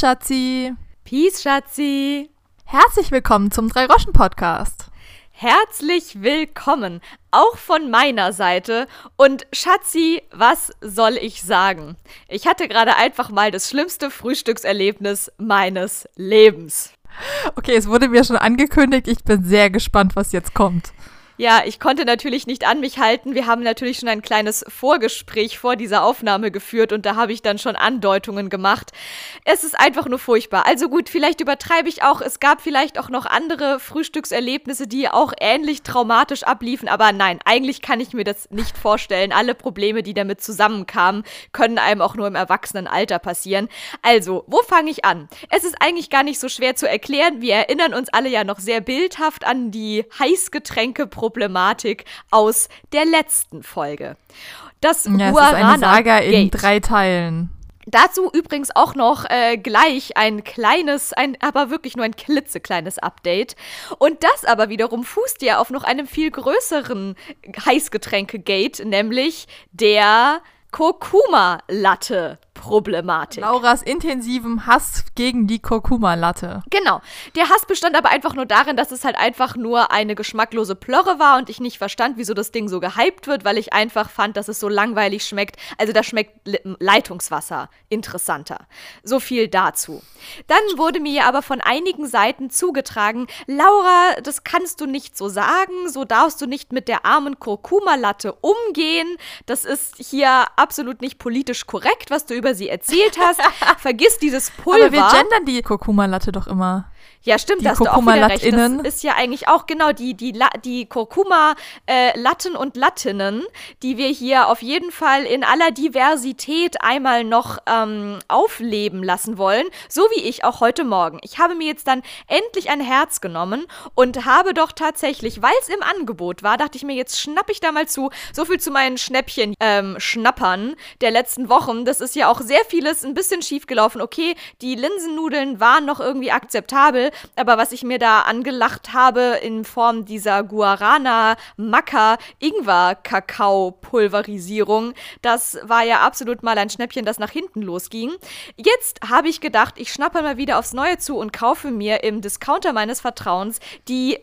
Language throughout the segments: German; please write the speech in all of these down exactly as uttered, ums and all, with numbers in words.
Schatzi. Peace, Schatzi. Herzlich willkommen zum Drei-Groschen-Podcast. Herzlich willkommen, auch von meiner Seite. Und Schatzi, was soll ich sagen? Ich hatte gerade einfach mal das schlimmste Frühstückserlebnis meines Lebens. Okay, es wurde mir schon angekündigt. Ich bin sehr gespannt, was jetzt kommt. Ja, ich konnte natürlich nicht an mich halten. Wir haben natürlich schon ein kleines Vorgespräch vor dieser Aufnahme geführt und da habe ich dann schon Andeutungen gemacht. Es ist einfach nur furchtbar. Also gut, vielleicht übertreibe ich auch. Es gab vielleicht auch noch andere Frühstückserlebnisse, die auch ähnlich traumatisch abliefen. Aber nein, eigentlich kann ich mir das nicht vorstellen. Alle Probleme, die damit zusammenkamen, können einem auch nur im Erwachsenenalter passieren. Also, wo fange ich an? Es ist eigentlich gar nicht so schwer zu erklären. Wir erinnern uns alle ja noch sehr bildhaft an die Heißgetränke-Problematik aus der letzten Folge. Das ja, es ist eine Saga in drei Teilen. Dazu übrigens auch noch äh, gleich ein kleines, ein, aber wirklich nur ein klitzekleines Update. Und das aber wiederum fußt ja auf noch einem viel größeren Heißgetränke-Gate, nämlich der Kurkuma-Latte-Problematik. Lauras intensivem Hass gegen die Kurkuma-Latte. Genau. Der Hass bestand aber einfach nur darin, dass es halt einfach nur eine geschmacklose Plörre war und ich nicht verstand, wieso das Ding so gehypt wird, weil ich einfach fand, dass es so langweilig schmeckt. Also da schmeckt Leitungswasser interessanter. So viel dazu. Dann wurde mir aber von einigen Seiten zugetragen, Laura, das kannst du nicht so sagen, so darfst du nicht mit der armen Kurkuma-Latte umgehen. Das ist hier absolut nicht politisch korrekt, was du über sie erzählt hast. Vergiss dieses Pulver. Aber wir gendern die Kurkuma-Latte doch immer. Ja, stimmt, die da hast du auch wieder recht. Das ist ja eigentlich auch genau die, die, La- die Kurkuma-Latten äh, und Lattinnen, die wir hier auf jeden Fall in aller Diversität einmal noch ähm, aufleben lassen wollen. So wie ich auch heute Morgen. Ich habe mir jetzt dann endlich ein Herz genommen und habe doch tatsächlich, weil es im Angebot war, dachte ich mir, jetzt schnapp ich da mal zu. So viel zu meinen Schnäppchen-Schnappern ähm, der letzten Wochen. Das ist ja auch sehr vieles ein bisschen schief gelaufen. Okay, die Linsennudeln waren noch irgendwie akzeptabel. Aber was ich mir da angelacht habe in Form dieser Guarana-Maca-Ingwer-Kakao-Pulverisierung, das war ja absolut mal ein Schnäppchen, das nach hinten losging. Jetzt habe ich gedacht, ich schnappe mal wieder aufs Neue zu und kaufe mir im Discounter meines Vertrauens die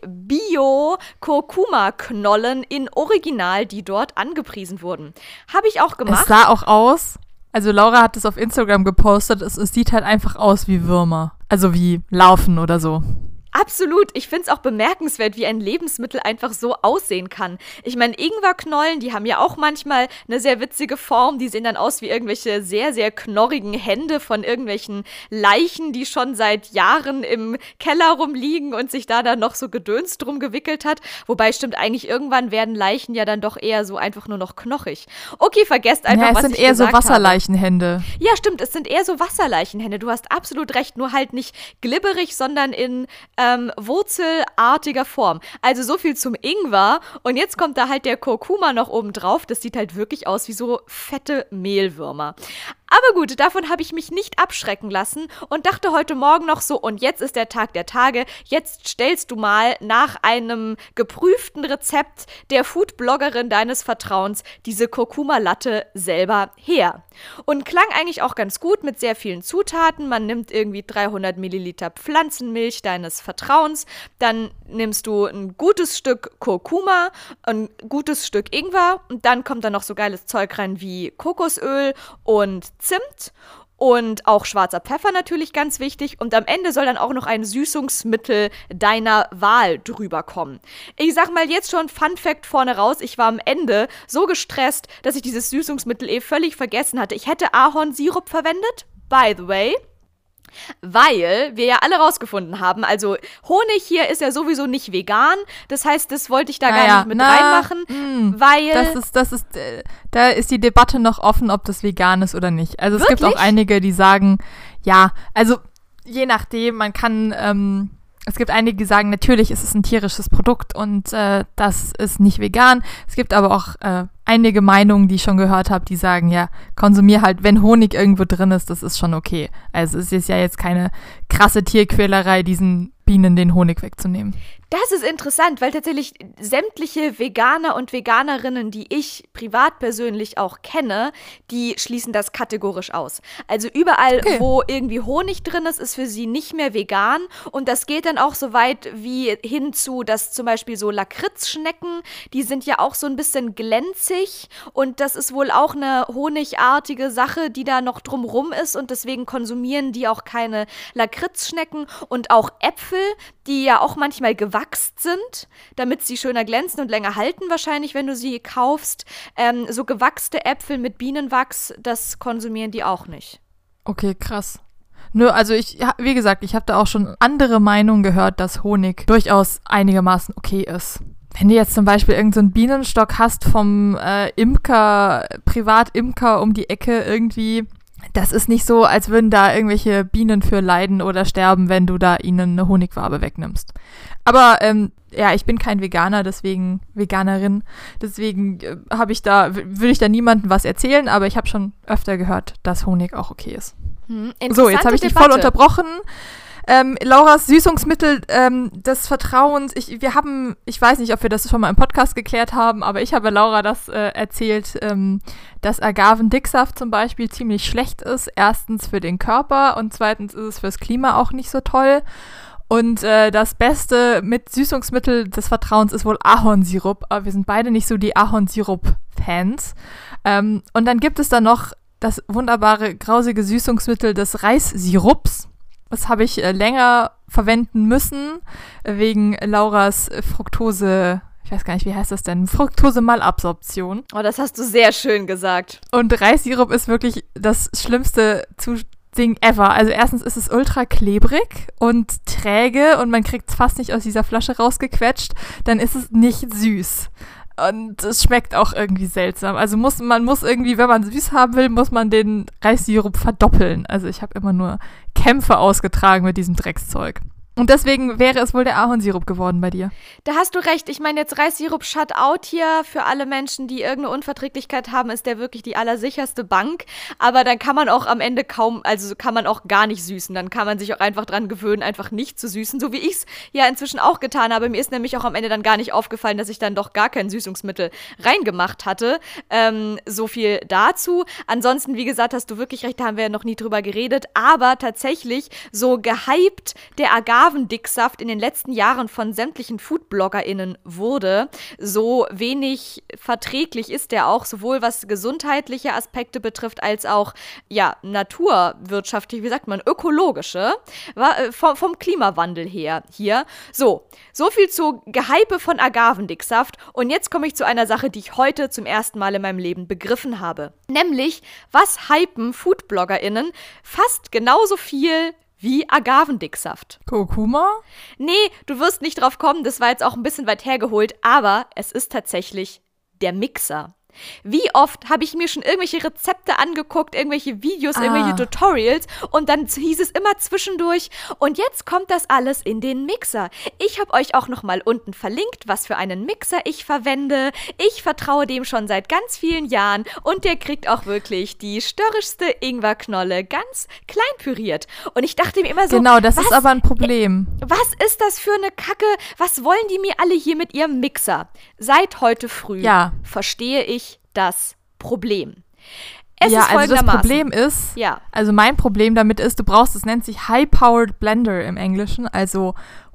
Bio-Kurkuma-Knollen in Original, die dort angepriesen wurden. Habe ich auch gemacht. Es sah auch aus, also Laura hat es auf Instagram gepostet, es, es sieht halt einfach aus wie Würmer. Also wie Larven oder so. Absolut. Ich finde es auch bemerkenswert, wie ein Lebensmittel einfach so aussehen kann. Ich meine, Ingwerknollen, die haben ja auch manchmal eine sehr witzige Form. Die sehen dann aus wie irgendwelche sehr, sehr knorrigen Hände von irgendwelchen Leichen, die schon seit Jahren im Keller rumliegen und sich da dann noch so Gedöns drum gewickelt hat. Wobei, stimmt, eigentlich irgendwann werden Leichen ja dann doch eher so einfach nur noch knochig. Okay, vergesst einfach, ja, was ich gesagt habe. Es sind eher so Wasserleichenhände. Ja, stimmt, es sind eher so Wasserleichenhände. Du hast absolut recht, nur halt nicht glibberig, sondern in Ähm, wurzelartiger Form. Also so viel zum Ingwer. Und jetzt kommt da halt der Kurkuma noch oben drauf. Das sieht halt wirklich aus wie so fette Mehlwürmer. Aber gut, davon habe ich mich nicht abschrecken lassen und dachte heute Morgen noch so, und jetzt ist der Tag der Tage, jetzt stellst du mal nach einem geprüften Rezept der Foodbloggerin deines Vertrauens diese Kurkuma-Latte selber her. Und klang eigentlich auch ganz gut mit sehr vielen Zutaten. Man nimmt irgendwie dreihundert Milliliter Pflanzenmilch deines Vertrauens, dann nimmst du ein gutes Stück Kurkuma, ein gutes Stück Ingwer und dann kommt da noch so geiles Zeug rein wie Kokosöl und Zimt und auch schwarzer Pfeffer natürlich ganz wichtig. Und am Ende soll dann auch noch ein Süßungsmittel deiner Wahl drüber kommen. Ich sag mal jetzt schon Fun Fact vorne raus. Ich war am Ende so gestresst, dass ich dieses Süßungsmittel eh völlig vergessen hatte. Ich hätte Ahornsirup verwendet, by the way. Weil wir ja alle rausgefunden haben, also Honig hier ist ja sowieso nicht vegan, das heißt, das wollte ich da naja, gar nicht mit na, reinmachen, mh, weil... Das ist, das ist, äh, da ist die Debatte noch offen, ob das vegan ist oder nicht. Also es Wirklich? gibt auch einige, die sagen, ja, also je nachdem, man kann, ähm, es gibt einige, die sagen, natürlich ist es ein tierisches Produkt und äh, das ist nicht vegan. Es gibt aber auch äh, einige Meinungen, die ich schon gehört habe, die sagen, ja, konsumier halt, wenn Honig irgendwo drin ist, das ist schon okay. Also es ist ja jetzt keine krasse Tierquälerei, diesen Bienen den Honig wegzunehmen. Das ist interessant, weil tatsächlich sämtliche Veganer und Veganerinnen, die ich privat persönlich auch kenne, die schließen das kategorisch aus. Also überall, okay. wo irgendwie Honig drin ist, ist für sie nicht mehr vegan. Und das geht dann auch so weit wie hin zu, dass zum Beispiel so Lakritzschnecken, die sind ja auch so ein bisschen glänzig. Und das ist wohl auch eine honigartige Sache, die da noch drumrum ist. Und deswegen konsumieren die auch keine Lakritzschnecken. Und auch Äpfel, die ja auch manchmal gewachst sind, damit sie schöner glänzen und länger halten wahrscheinlich, wenn du sie kaufst. Ähm, so gewachste Äpfel mit Bienenwachs, das konsumieren die auch nicht. Okay, krass. Nö, also ich, wie gesagt, ich habe da auch schon andere Meinungen gehört, dass Honig durchaus einigermaßen okay ist. Wenn du jetzt zum Beispiel irgendeinen so Bienenstock hast vom äh, Imker, Privatimker um die Ecke irgendwie, das ist nicht so, als würden da irgendwelche Bienen für leiden oder sterben, wenn du da ihnen eine Honigwabe wegnimmst. Aber ähm, ja, ich bin kein Veganer, deswegen Veganerin, deswegen äh, habe ich da, will ich da niemandem was erzählen, aber ich habe schon öfter gehört, dass Honig auch okay ist. Hm, so, jetzt habe ich dich voll unterbrochen. Ähm, Lauras Süßungsmittel ähm, des Vertrauens, ich, wir haben, ich weiß nicht, ob wir das schon mal im Podcast geklärt haben, aber ich habe Laura das äh, erzählt, ähm, dass Agavendicksaft zum Beispiel ziemlich schlecht ist. Erstens für den Körper und zweitens ist es fürs Klima auch nicht so toll. Und äh, das Beste mit Süßungsmittel des Vertrauens ist wohl Ahornsirup, aber wir sind beide nicht so die Ahornsirup-Fans. Ähm, und dann gibt es da noch das wunderbare, grausige Süßungsmittel des Reissirups. Das habe ich äh, länger verwenden müssen, äh, wegen Lauras äh, Fructose, ich weiß gar nicht, wie heißt das denn? Fructose-Malabsorption. Oh, das hast du sehr schön gesagt. Und Reissirup ist wirklich das schlimmste zu Ding ever. Also erstens ist es ultra klebrig und träge und man kriegt es fast nicht aus dieser Flasche rausgequetscht. Dann ist es nicht süß. Und es schmeckt auch irgendwie seltsam. Also muss man muss irgendwie, wenn man süß haben will, muss man den Reissirup verdoppeln. Also ich habe immer nur Kämpfe ausgetragen mit diesem Dreckszeug. Und deswegen wäre es wohl der Ahornsirup geworden bei dir. Da hast du recht. Ich meine, jetzt Reissirup shut out hier für alle Menschen, die irgendeine Unverträglichkeit haben, ist der wirklich die allersicherste Bank. Aber dann kann man auch am Ende kaum, also kann man auch gar nicht süßen. Dann kann man sich auch einfach dran gewöhnen, einfach nicht zu süßen. So wie ich es ja inzwischen auch getan habe. Mir ist nämlich auch am Ende dann gar nicht aufgefallen, dass ich dann doch gar kein Süßungsmittel reingemacht hatte. Ähm, so viel dazu. Ansonsten, wie gesagt, hast du wirklich recht, da haben wir ja noch nie drüber geredet. Aber tatsächlich so gehypt der Agaven Agavendicksaft in den letzten Jahren von sämtlichen FoodbloggerInnen wurde, so wenig verträglich ist der auch, sowohl was gesundheitliche Aspekte betrifft, als auch, ja, naturwirtschaftlich, wie sagt man, ökologische, war, äh, vom, vom Klimawandel her hier. So, so viel zu Gehype von Agavendicksaft und jetzt komme ich zu einer Sache, die ich heute zum ersten Mal in meinem Leben begriffen habe. Nämlich, was hypen FoodbloggerInnen fast genauso viel wie Agavendicksaft. Kurkuma? Nee, du wirst nicht drauf kommen, das war jetzt auch ein bisschen weit hergeholt, aber es ist tatsächlich der Mixer. Wie oft habe ich mir schon irgendwelche Rezepte angeguckt, irgendwelche Videos, ah. irgendwelche Tutorials und dann hieß es immer zwischendurch und jetzt kommt das alles in den Mixer. Ich habe euch auch nochmal unten verlinkt, was für einen Mixer ich verwende. Ich vertraue dem schon seit ganz vielen Jahren und der kriegt auch wirklich die störrischste Ingwerknolle ganz klein püriert. Und ich dachte mir immer so, genau, das was, ist aber ein Problem. Was ist das für eine Kacke? Was wollen die mir alle hier mit ihrem Mixer? Seit heute früh ja. verstehe ich das Problem. Es ja, ist also das Problem ist, ja. also mein Problem damit ist, du brauchst, es nennt sich High-Powered Blender im Englischen, also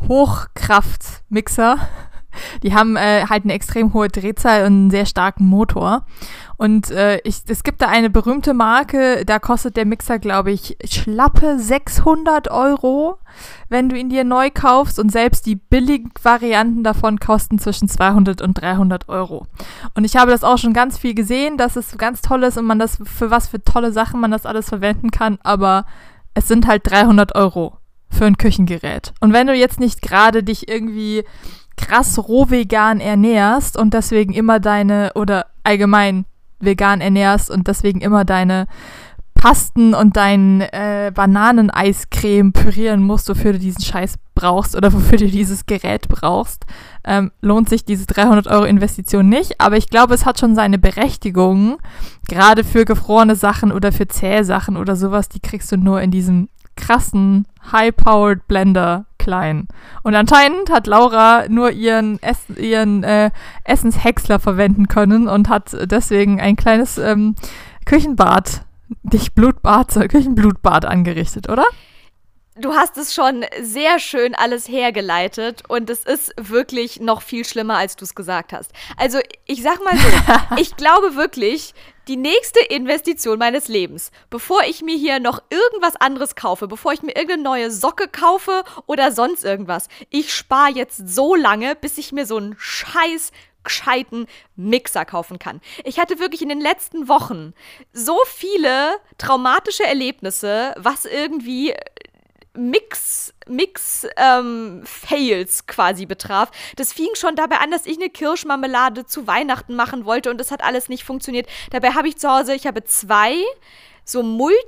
Hochkraftmixer. Die haben äh, halt eine extrem hohe Drehzahl und einen sehr starken Motor. Und äh, ich, es gibt da eine berühmte Marke, da kostet der Mixer, glaube ich, schlappe sechshundert Euro, wenn du ihn dir neu kaufst. Und selbst die billigen Varianten davon kosten zwischen zweihundert und dreihundert Euro. Und ich habe das auch schon ganz viel gesehen, dass es ganz toll ist und man das, für was für tolle Sachen man das alles verwenden kann. Aber es sind halt dreihundert Euro für ein Küchengerät. Und wenn du jetzt nicht gerade dich irgendwie krass roh vegan ernährst und deswegen immer deine, oder allgemein vegan ernährst und deswegen immer deine Pasten und dein äh, Bananeneiscreme pürieren musst, wofür du diesen Scheiß brauchst oder wofür du dieses Gerät brauchst, ähm, lohnt sich diese dreihundert Euro Investition nicht. Aber ich glaube, es hat schon seine Berechtigung, gerade für gefrorene Sachen oder für zähe Sachen oder sowas, die kriegst du nur in diesem krassen High-Powered Blender klein. Und anscheinend hat Laura nur ihren, Ess- ihren äh, Essenshäcksler verwenden können und hat deswegen ein kleines ähm, Küchenbad, nicht Blutbad, sondern Küchenblutbad angerichtet, oder? Du hast es schon sehr schön alles hergeleitet und es ist wirklich noch viel schlimmer, als du es gesagt hast. Also ich sag mal so, ich glaube wirklich, die nächste Investition meines Lebens, bevor ich mir hier noch irgendwas anderes kaufe, bevor ich mir irgendeine neue Socke kaufe oder sonst irgendwas, ich spare jetzt so lange, bis ich mir so einen scheiß gescheiten Mixer kaufen kann. Ich hatte wirklich in den letzten Wochen so viele traumatische Erlebnisse, was irgendwie Mix, Mix, ähm, Fails quasi betraf. Das fing schon dabei an, dass ich eine Kirschmarmelade zu Weihnachten machen wollte und das hat alles nicht funktioniert. Dabei habe ich zu Hause, ich habe zwei so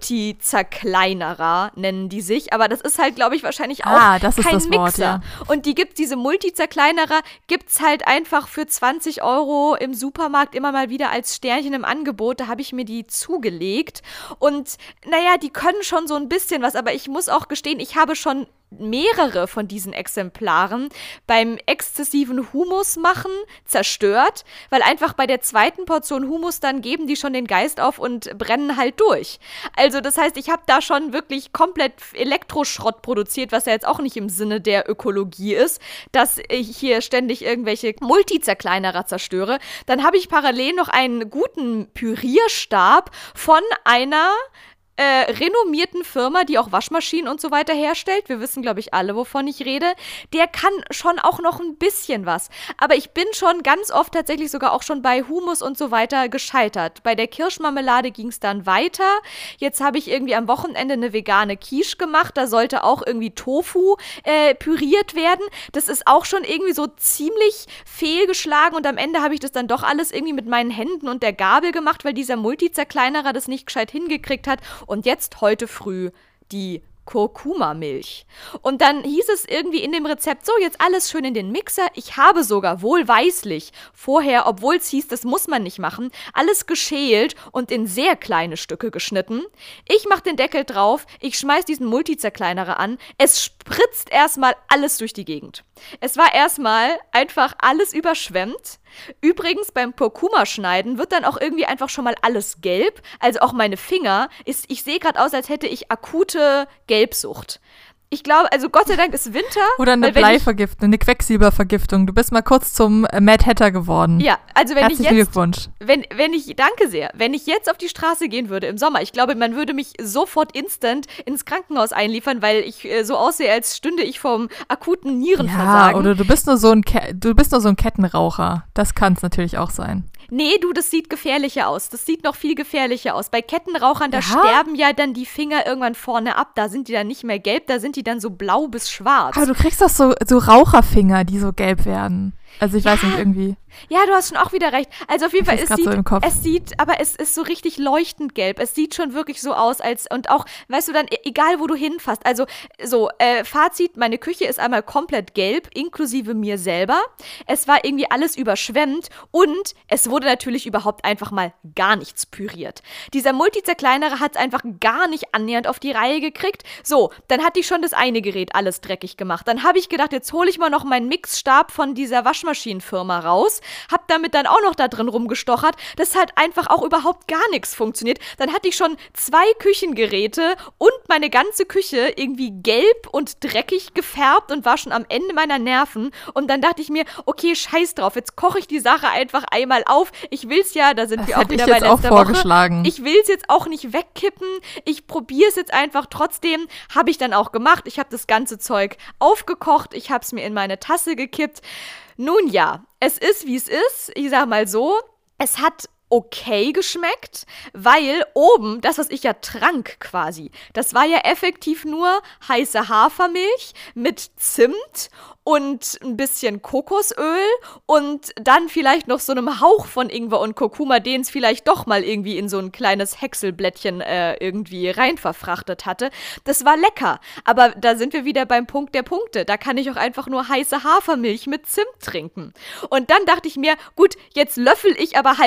Multi-Zerkleinerer nennen die sich, aber das ist halt, glaube ich, wahrscheinlich auch ah, das ist kein das Mixer. Wort, ja. Und die gibt's, diese Multi-Zerkleinerer gibt's halt einfach für zwanzig Euro im Supermarkt immer mal wieder als Sternchen im Angebot. Da habe ich mir die zugelegt und naja, die können schon so ein bisschen was, aber ich muss auch gestehen, ich habe schon mehrere von diesen Exemplaren beim exzessiven Humus machen zerstört, weil einfach bei der zweiten Portion Humus dann geben die schon den Geist auf und brennen halt durch. Also das heißt, ich habe da schon wirklich komplett Elektroschrott produziert, was ja jetzt auch nicht im Sinne der Ökologie ist, dass ich hier ständig irgendwelche Multizerkleinerer zerstöre. Dann habe ich parallel noch einen guten Pürierstab von einer Äh, renommierten Firma, die auch Waschmaschinen und so weiter herstellt. Wir wissen, glaube ich, alle, wovon ich rede. Der kann schon auch noch ein bisschen was. Aber ich bin schon ganz oft tatsächlich sogar auch schon bei Hummus und so weiter gescheitert. Bei der Kirschmarmelade ging es dann weiter. Jetzt habe ich irgendwie am Wochenende eine vegane Quiche gemacht. Da sollte auch irgendwie Tofu äh, püriert werden. Das ist auch schon irgendwie so ziemlich fehlgeschlagen und am Ende habe ich das dann doch alles irgendwie mit meinen Händen und der Gabel gemacht, weil dieser Multizerkleinerer das nicht gescheit hingekriegt hat. Und jetzt heute früh die Kurkuma-Milch. Und dann hieß es irgendwie in dem Rezept, so, jetzt alles schön in den Mixer. Ich habe sogar wohlweislich vorher, obwohl es hieß, das muss man nicht machen, alles geschält und in sehr kleine Stücke geschnitten. Ich mache den Deckel drauf, ich schmeiß diesen Multizerkleinerer an. Es spritzt erstmal alles durch die Gegend. Es war erstmal einfach alles überschwemmt. Übrigens, beim Kurkuma-Schneiden wird dann auch irgendwie einfach schon mal alles gelb. Also auch meine Finger. Ist, ich sehe gerade aus, als hätte ich akute Gelbsucht. Ich glaube, also Gott sei Dank ist Winter. Oder eine Bleivergiftung, eine Quecksilbervergiftung. Du bist mal kurz zum äh, Mad Hatter geworden. Ja, also wenn Herzlichen ich jetzt, Glückwunsch. Wenn, wenn ich, danke sehr, wenn ich jetzt auf die Straße gehen würde im Sommer, ich glaube, man würde mich sofort instant ins Krankenhaus einliefern, weil ich äh, so aussehe, als stünde ich vom akuten Nierenversagen. Ja, oder du bist nur so ein, Ke- du bist nur so ein Kettenraucher. Das kann es natürlich auch sein. Nee, du, das sieht gefährlicher aus. Das sieht noch viel gefährlicher aus. Bei Kettenrauchern, da Ja? sterben ja dann die Finger irgendwann vorne ab. Da sind die dann nicht mehr gelb, da sind die dann so blau bis schwarz. Aber du kriegst doch so, so Raucherfinger, die so gelb werden. Also ich Ja. weiß nicht, irgendwie. Ja, du hast schon auch wieder recht. Also auf jeden Ich Fall, hab's es grad sieht, so im Kopf. es sieht, aber es ist so richtig leuchtend gelb. Es sieht schon wirklich so aus, als, und auch, weißt du, dann, e- egal wo du hinfasst. Also, so, äh, Fazit, meine Küche ist einmal komplett gelb, inklusive mir selber. Es war irgendwie alles überschwemmt und es wurde natürlich überhaupt einfach mal gar nichts püriert. Dieser Multizerkleinerer hat es einfach gar nicht annähernd auf die Reihe gekriegt. So, dann hatte ich schon das eine Gerät alles dreckig gemacht. Dann habe ich gedacht, jetzt hole ich mal noch meinen Mixstab von dieser Waschmaschinenfirma raus, hab damit dann auch noch da drin rumgestochert. Das hat einfach auch überhaupt gar nichts funktioniert. Dann hatte ich schon zwei Küchengeräte und meine ganze Küche irgendwie gelb und dreckig gefärbt und war schon am Ende meiner Nerven. Und dann dachte ich mir, okay, scheiß drauf, jetzt koche ich die Sache einfach einmal auf. Ich will's ja, da sind Das wir auch hätte wieder ich bei jetzt auch letzter vorgeschlagen. Woche. Ich will's jetzt auch nicht wegkippen. Ich probiere es jetzt einfach trotzdem. Habe ich dann auch gemacht. Ich habe das ganze Zeug aufgekocht. Ich habe es mir in meine Tasse gekippt. Nun ja, es ist, wie es ist. Ich sag mal so, es hat okay geschmeckt, weil oben, das, was ich ja trank quasi, das war ja effektiv nur heiße Hafermilch mit Zimt und ein bisschen Kokosöl und dann vielleicht noch so einem Hauch von Ingwer und Kurkuma, den es vielleicht doch mal irgendwie in so ein kleines Häckselblättchen äh, irgendwie rein verfrachtet hatte. Das war lecker, aber da sind wir wieder beim Punkt der Punkte. Da kann ich auch einfach nur heiße Hafermilch mit Zimt trinken. Und dann dachte ich mir, gut, jetzt löffel ich aber halt irgendwie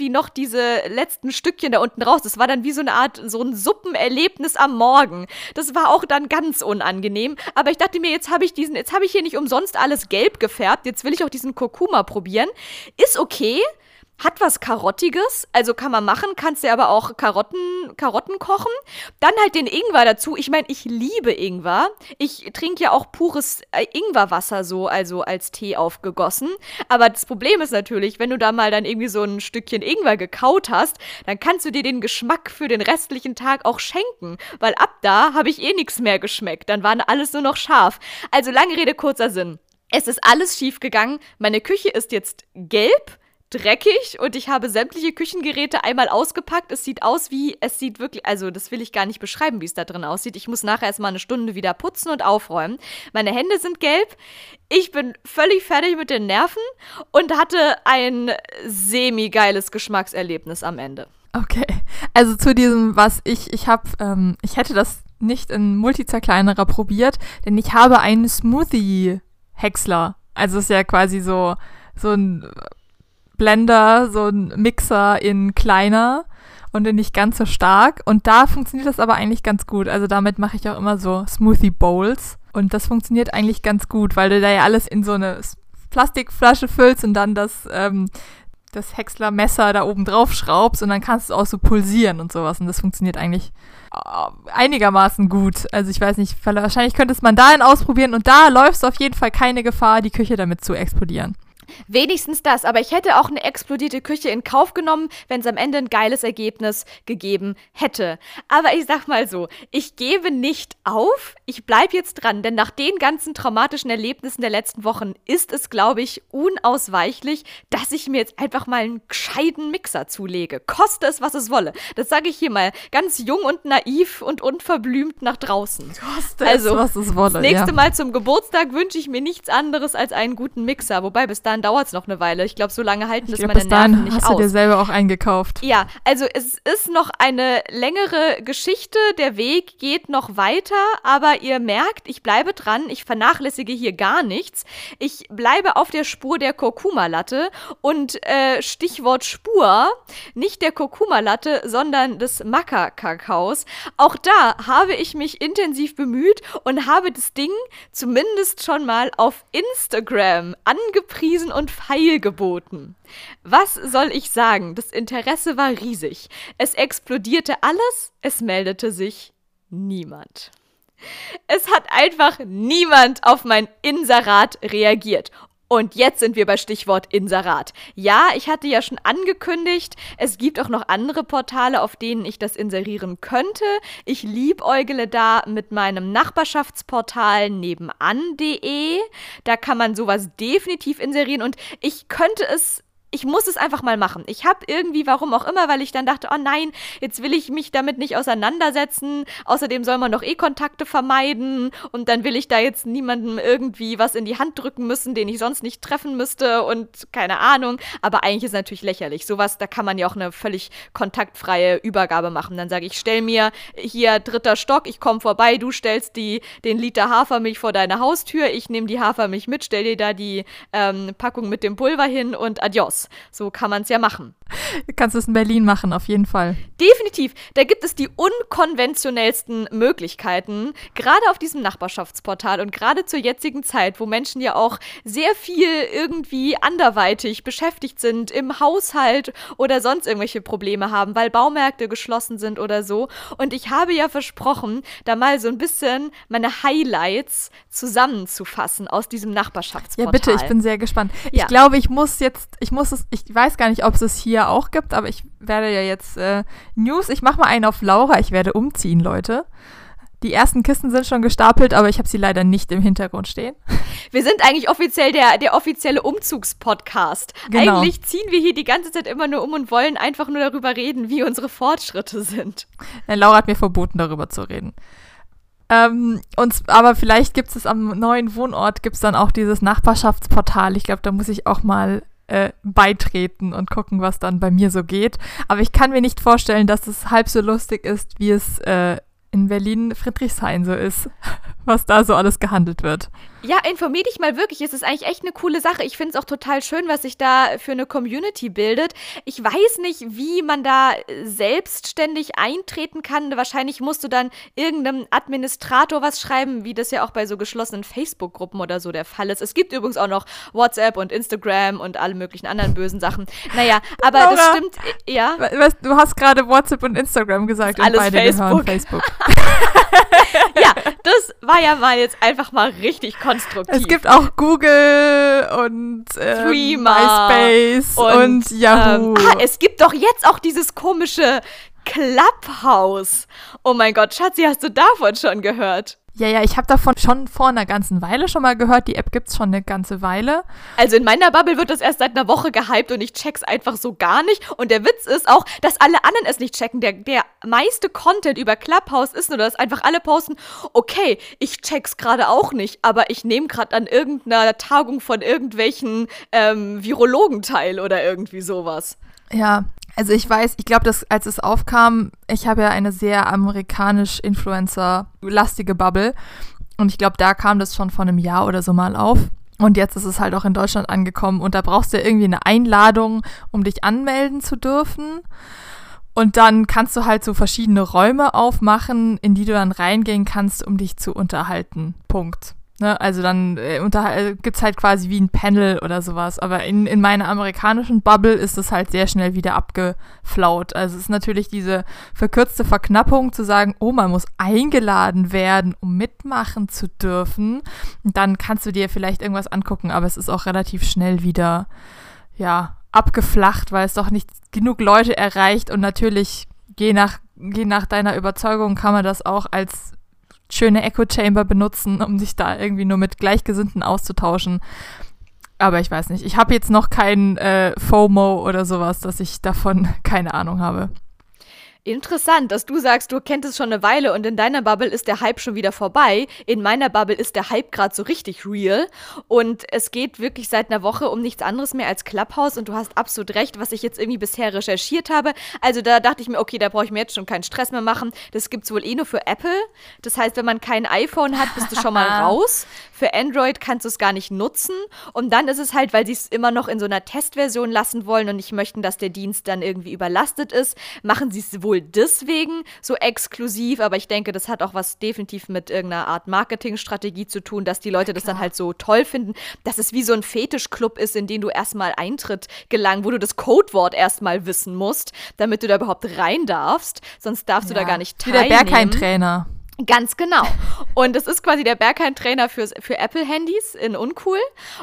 die noch diese letzten Stückchen da unten raus. Das war dann wie so eine Art, so ein Suppenerlebnis am Morgen. Das war auch dann ganz unangenehm. Aber ich dachte mir, jetzt habe ich diesen, jetzt habe ich hier nicht umsonst alles gelb gefärbt. Jetzt will ich auch diesen Kurkuma probieren. Ist okay. Hat was Karottiges, also kann man machen, kannst du aber auch Karotten, Karotten kochen. Dann halt den Ingwer dazu. Ich meine, ich liebe Ingwer. Ich trinke ja auch pures äh, Ingwerwasser so, also als Tee aufgegossen. Aber das Problem ist natürlich, wenn du da mal dann irgendwie so ein Stückchen Ingwer gekaut hast, dann kannst du dir den Geschmack für den restlichen Tag auch schenken. Weil ab da habe ich eh nichts mehr geschmeckt. Dann war alles nur noch scharf. Also lange Rede, kurzer Sinn. Es ist alles schief gegangen. Meine Küche ist jetzt gelb, dreckig und ich habe sämtliche Küchengeräte einmal ausgepackt. Es sieht aus wie, es sieht wirklich, also das will ich gar nicht beschreiben, wie es da drin aussieht. Ich muss nachher erstmal eine Stunde wieder putzen und aufräumen. Meine Hände sind gelb. Ich bin völlig fertig mit den Nerven und hatte ein semi-geiles Geschmackserlebnis am Ende. Okay, also zu diesem, was ich, ich habe, ähm, ich hätte das nicht in Multizerkleinerer probiert, denn ich habe einen Smoothie-Häcksler. Also es ist ja quasi so, so ein Blender, so ein Mixer in kleiner und in nicht ganz so stark. Und da funktioniert das aber eigentlich ganz gut. Also damit mache ich auch immer so Smoothie Bowls. Und das funktioniert eigentlich ganz gut, weil du da ja alles in so eine Plastikflasche füllst und dann das, ähm, das Häckslermesser da oben drauf schraubst und dann kannst du auch so pulsieren und sowas. Und das funktioniert eigentlich einigermaßen gut. Also ich weiß nicht, wahrscheinlich könnte es man dahin ausprobieren und da läufst du auf jeden Fall keine Gefahr, die Küche damit zu explodieren. Wenigstens das, aber ich hätte auch eine explodierte Küche in Kauf genommen, wenn es am Ende ein geiles Ergebnis gegeben hätte. Aber ich sag mal so, ich gebe nicht auf, ich bleib jetzt dran, denn nach den ganzen traumatischen Erlebnissen der letzten Wochen ist es, glaube ich, unausweichlich, dass ich mir jetzt einfach mal einen gescheiten Mixer zulege. Koste es, was es wolle. Das sage ich hier mal ganz jung und naiv und unverblümt nach draußen. Koste also, es, was es wolle. Das nächste ja. Mal zum Geburtstag wünsche ich mir nichts anderes als einen guten Mixer, wobei bis dahin dauert es noch eine Weile. Ich glaube, so lange halten das meine Nerven nicht aus. Hast du dir selber auch eingekauft? Ja, also es ist noch eine längere Geschichte. Der Weg geht noch weiter, aber ihr merkt, ich bleibe dran. Ich vernachlässige hier gar nichts. Ich bleibe auf der Spur der Kurkuma-Latte und äh, Stichwort Spur, nicht der Kurkuma-Latte, sondern des Maca-Kakaos. Auch da habe ich mich intensiv bemüht und habe das Ding zumindest schon mal auf Instagram angepriesen und feilgeboten. Was soll ich sagen? Das Interesse war riesig. Es explodierte alles, es meldete sich niemand. Es hat einfach niemand auf mein Inserat reagiert. Und jetzt sind wir bei Stichwort Inserat. Ja, ich hatte ja schon angekündigt, es gibt auch noch andere Portale, auf denen ich das inserieren könnte. Ich liebäugle da mit meinem Nachbarschaftsportal nebenan punkt de. Da kann man sowas definitiv inserieren und ich könnte es Ich muss es einfach mal machen. Ich habe irgendwie, warum auch immer, weil ich dann dachte, oh nein, jetzt will ich mich damit nicht auseinandersetzen. Außerdem soll man doch eh Kontakte vermeiden. Und dann will ich da jetzt niemandem irgendwie was in die Hand drücken müssen, den ich sonst nicht treffen müsste und keine Ahnung. Aber eigentlich ist es natürlich lächerlich. Sowas, da kann man ja auch eine völlig kontaktfreie Übergabe machen. Dann sage ich, stell mir hier dritter Stock, ich komme vorbei, du stellst die, den Liter Hafermilch vor deine Haustür, ich nehme die Hafermilch mit, stell dir da die ähm, Packung mit dem Pulver hin und adios. So kann man es ja machen. Du kannst es in Berlin machen, auf jeden Fall. Definitiv. Da gibt es die unkonventionellsten Möglichkeiten, gerade auf diesem Nachbarschaftsportal und gerade zur jetzigen Zeit, wo Menschen ja auch sehr viel irgendwie anderweitig beschäftigt sind, im Haushalt oder sonst irgendwelche Probleme haben, weil Baumärkte geschlossen sind oder so. Und ich habe ja versprochen, da mal so ein bisschen meine Highlights zusammenzufassen aus diesem Nachbarschaftsportal. Ja, bitte, ich bin sehr gespannt. Ja. Ich glaube, ich muss jetzt, ich muss es, ich weiß gar nicht, ob es es hier auch gibt, aber ich werde ja jetzt äh, News, ich mache mal einen auf Laura, ich werde umziehen, Leute. Die ersten Kisten sind schon gestapelt, aber ich habe sie leider nicht im Hintergrund stehen. Wir sind eigentlich offiziell der, der offizielle Umzugspodcast. Genau. Eigentlich ziehen wir hier die ganze Zeit immer nur um und wollen einfach nur darüber reden, wie unsere Fortschritte sind. Ja, Laura hat mir verboten, darüber zu reden. Ähm, und, aber vielleicht gibt es am neuen Wohnort, gibt es dann auch dieses Nachbarschaftsportal. Ich glaube, da muss ich auch mal Äh, beitreten und gucken, was dann bei mir so geht. Aber ich kann mir nicht vorstellen, dass es halb so lustig ist, wie es äh, in Berlin Friedrichshain so ist, was da so alles gehandelt wird. Ja, informier dich mal wirklich. Es ist eigentlich echt eine coole Sache. Ich finde es auch total schön, was sich da für eine Community bildet. Ich weiß nicht, wie man da selbstständig eintreten kann. Wahrscheinlich musst du dann irgendeinem Administrator was schreiben, wie das ja auch bei so geschlossenen Facebook-Gruppen oder so der Fall ist. Es gibt übrigens auch noch WhatsApp und Instagram und alle möglichen anderen bösen Sachen. Naja, aber Laura, das stimmt, ja. Weißt, du hast gerade WhatsApp und Instagram gesagt. Alles und beide Facebook. gehören Facebook. Ja, das war ja mal jetzt einfach mal richtig konstruktiv. Es gibt auch Google und ähm, MySpace und, und Yahoo. Ähm, ah, es gibt doch jetzt auch dieses komische Clubhouse. Oh mein Gott, Schatzi, hast du davon schon gehört? Ja, ja, ich habe davon schon vor einer ganzen Weile schon mal gehört. Die App gibt's schon eine ganze Weile. Also in meiner Bubble wird das erst seit einer Woche gehypt und ich check's einfach so gar nicht. Und der Witz ist auch, dass alle anderen es nicht checken. Der, der meiste Content über Clubhouse ist nur, dass einfach alle posten, okay, ich check's gerade auch nicht, aber ich nehme gerade an irgendeiner Tagung von irgendwelchen ähm, Virologen teil oder irgendwie sowas. Ja, also ich weiß, ich glaube, dass als es aufkam, ich habe ja eine sehr amerikanisch-Influencer-lastige Bubble und ich glaube, da kam das schon vor einem Jahr oder so mal auf und jetzt ist es halt auch in Deutschland angekommen und da brauchst du ja irgendwie eine Einladung, um dich anmelden zu dürfen und dann kannst du halt so verschiedene Räume aufmachen, in die du dann reingehen kannst, um dich zu unterhalten. Punkt. Ne, also dann äh, äh, gibt es halt quasi wie ein Panel oder sowas. Aber in, in meiner amerikanischen Bubble ist es halt sehr schnell wieder abgeflaut. Also es ist natürlich diese verkürzte Verknappung zu sagen, oh, man muss eingeladen werden, um mitmachen zu dürfen. Und dann kannst du dir vielleicht irgendwas angucken, aber es ist auch relativ schnell wieder, ja, abgeflacht, weil es doch nicht genug Leute erreicht. Und natürlich, je nach, je nach deiner Überzeugung, kann man das auch als schöne Echo-Chamber benutzen, um sich da irgendwie nur mit Gleichgesinnten auszutauschen. Aber ich weiß nicht. Ich habe jetzt noch kein äh, FOMO oder sowas, dass ich davon keine Ahnung habe. Interessant, dass du sagst, du kennst es schon eine Weile und in deiner Bubble ist der Hype schon wieder vorbei. In meiner Bubble ist der Hype gerade so richtig real und es geht wirklich seit einer Woche um nichts anderes mehr als Clubhouse und du hast absolut recht, was ich jetzt irgendwie bisher recherchiert habe. Also da dachte ich mir, okay, da brauche ich mir jetzt schon keinen Stress mehr machen. Das gibt's wohl eh nur für Apple. Das heißt, wenn man kein iPhone hat, bist du schon mal raus. Für Android kannst du es gar nicht nutzen und dann ist es halt, weil sie es immer noch in so einer Testversion lassen wollen und nicht möchten, dass der Dienst dann irgendwie überlastet ist, machen sie es wohl deswegen so exklusiv, aber ich denke, das hat auch was definitiv mit irgendeiner Art Marketingstrategie zu tun, dass die Leute das dann halt so toll finden, dass es wie so ein Fetischclub ist, in den du erstmal Eintritt gelangen, wo du das Codewort erstmal wissen musst, damit du da überhaupt rein darfst, sonst darfst ja, du da gar nicht teilnehmen. Wie der Berghain-Trainer. Ganz genau. Und es ist quasi der Berghain-Trainer für, für Apple-Handys in uncool.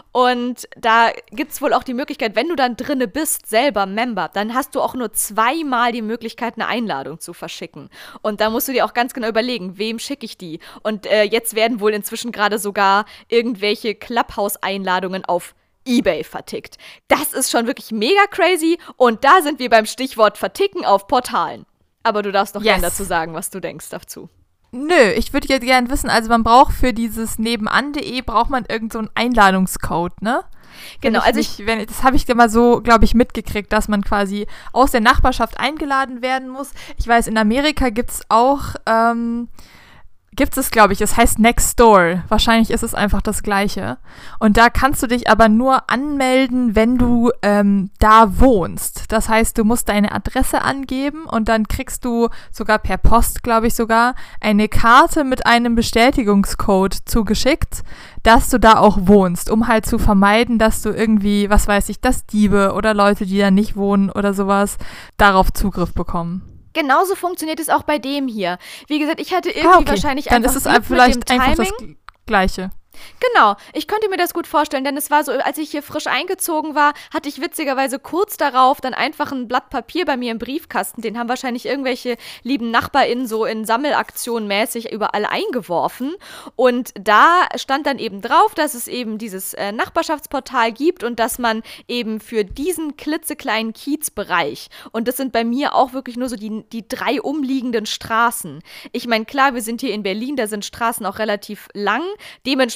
Und da gibt es wohl auch die Möglichkeit, wenn du dann drinne bist, selber Member, dann hast du auch nur zweimal die Möglichkeit, eine Einladung zu verschicken. Und da musst du dir auch ganz genau überlegen, wem schicke ich die? Und äh, jetzt werden wohl inzwischen gerade sogar irgendwelche Clubhouse-Einladungen auf eBay vertickt. Das ist schon wirklich mega crazy. Und da sind wir beim Stichwort Verticken auf Portalen. Aber du darfst noch yes. gerne dazu sagen, was du denkst dazu. Nö, ich würde jetzt gerne wissen, also man braucht für dieses nebenan.de braucht man irgend so einen Einladungscode, ne? Genau, also ich, wenn ich, das habe ich immer so, glaube ich, mitgekriegt, dass man quasi aus der Nachbarschaft eingeladen werden muss. Ich weiß, in Amerika gibt's auch, ähm, gibt es, glaube ich, es heißt Nextdoor. Wahrscheinlich ist es einfach das Gleiche. Und da kannst du dich aber nur anmelden, wenn du ähm, da wohnst. Das heißt, du musst deine Adresse angeben und dann kriegst du sogar per Post, glaube ich sogar, eine Karte mit einem Bestätigungscode zugeschickt, dass du da auch wohnst, um halt zu vermeiden, dass du irgendwie, was weiß ich, dass Diebe oder Leute, die da nicht wohnen oder sowas, darauf Zugriff bekommen. Genauso funktioniert es auch bei dem hier. Wie gesagt, ich hatte irgendwie ah, okay. wahrscheinlich Dann einfach ist es vielleicht einfach das Gleiche. Genau, ich könnte mir das gut vorstellen, denn es war so, als ich hier frisch eingezogen war, hatte ich witzigerweise kurz darauf dann einfach ein Blatt Papier bei mir im Briefkasten, den haben wahrscheinlich irgendwelche lieben NachbarInnen so in Sammelaktion mäßig überall eingeworfen und da stand dann eben drauf, dass es eben dieses äh, Nachbarschaftsportal gibt und dass man eben für diesen klitzekleinen Kiezbereich, und das sind bei mir auch wirklich nur so die, die drei umliegenden Straßen. Ich meine, klar, wir sind hier in Berlin, da sind Straßen auch relativ lang, dementsprechend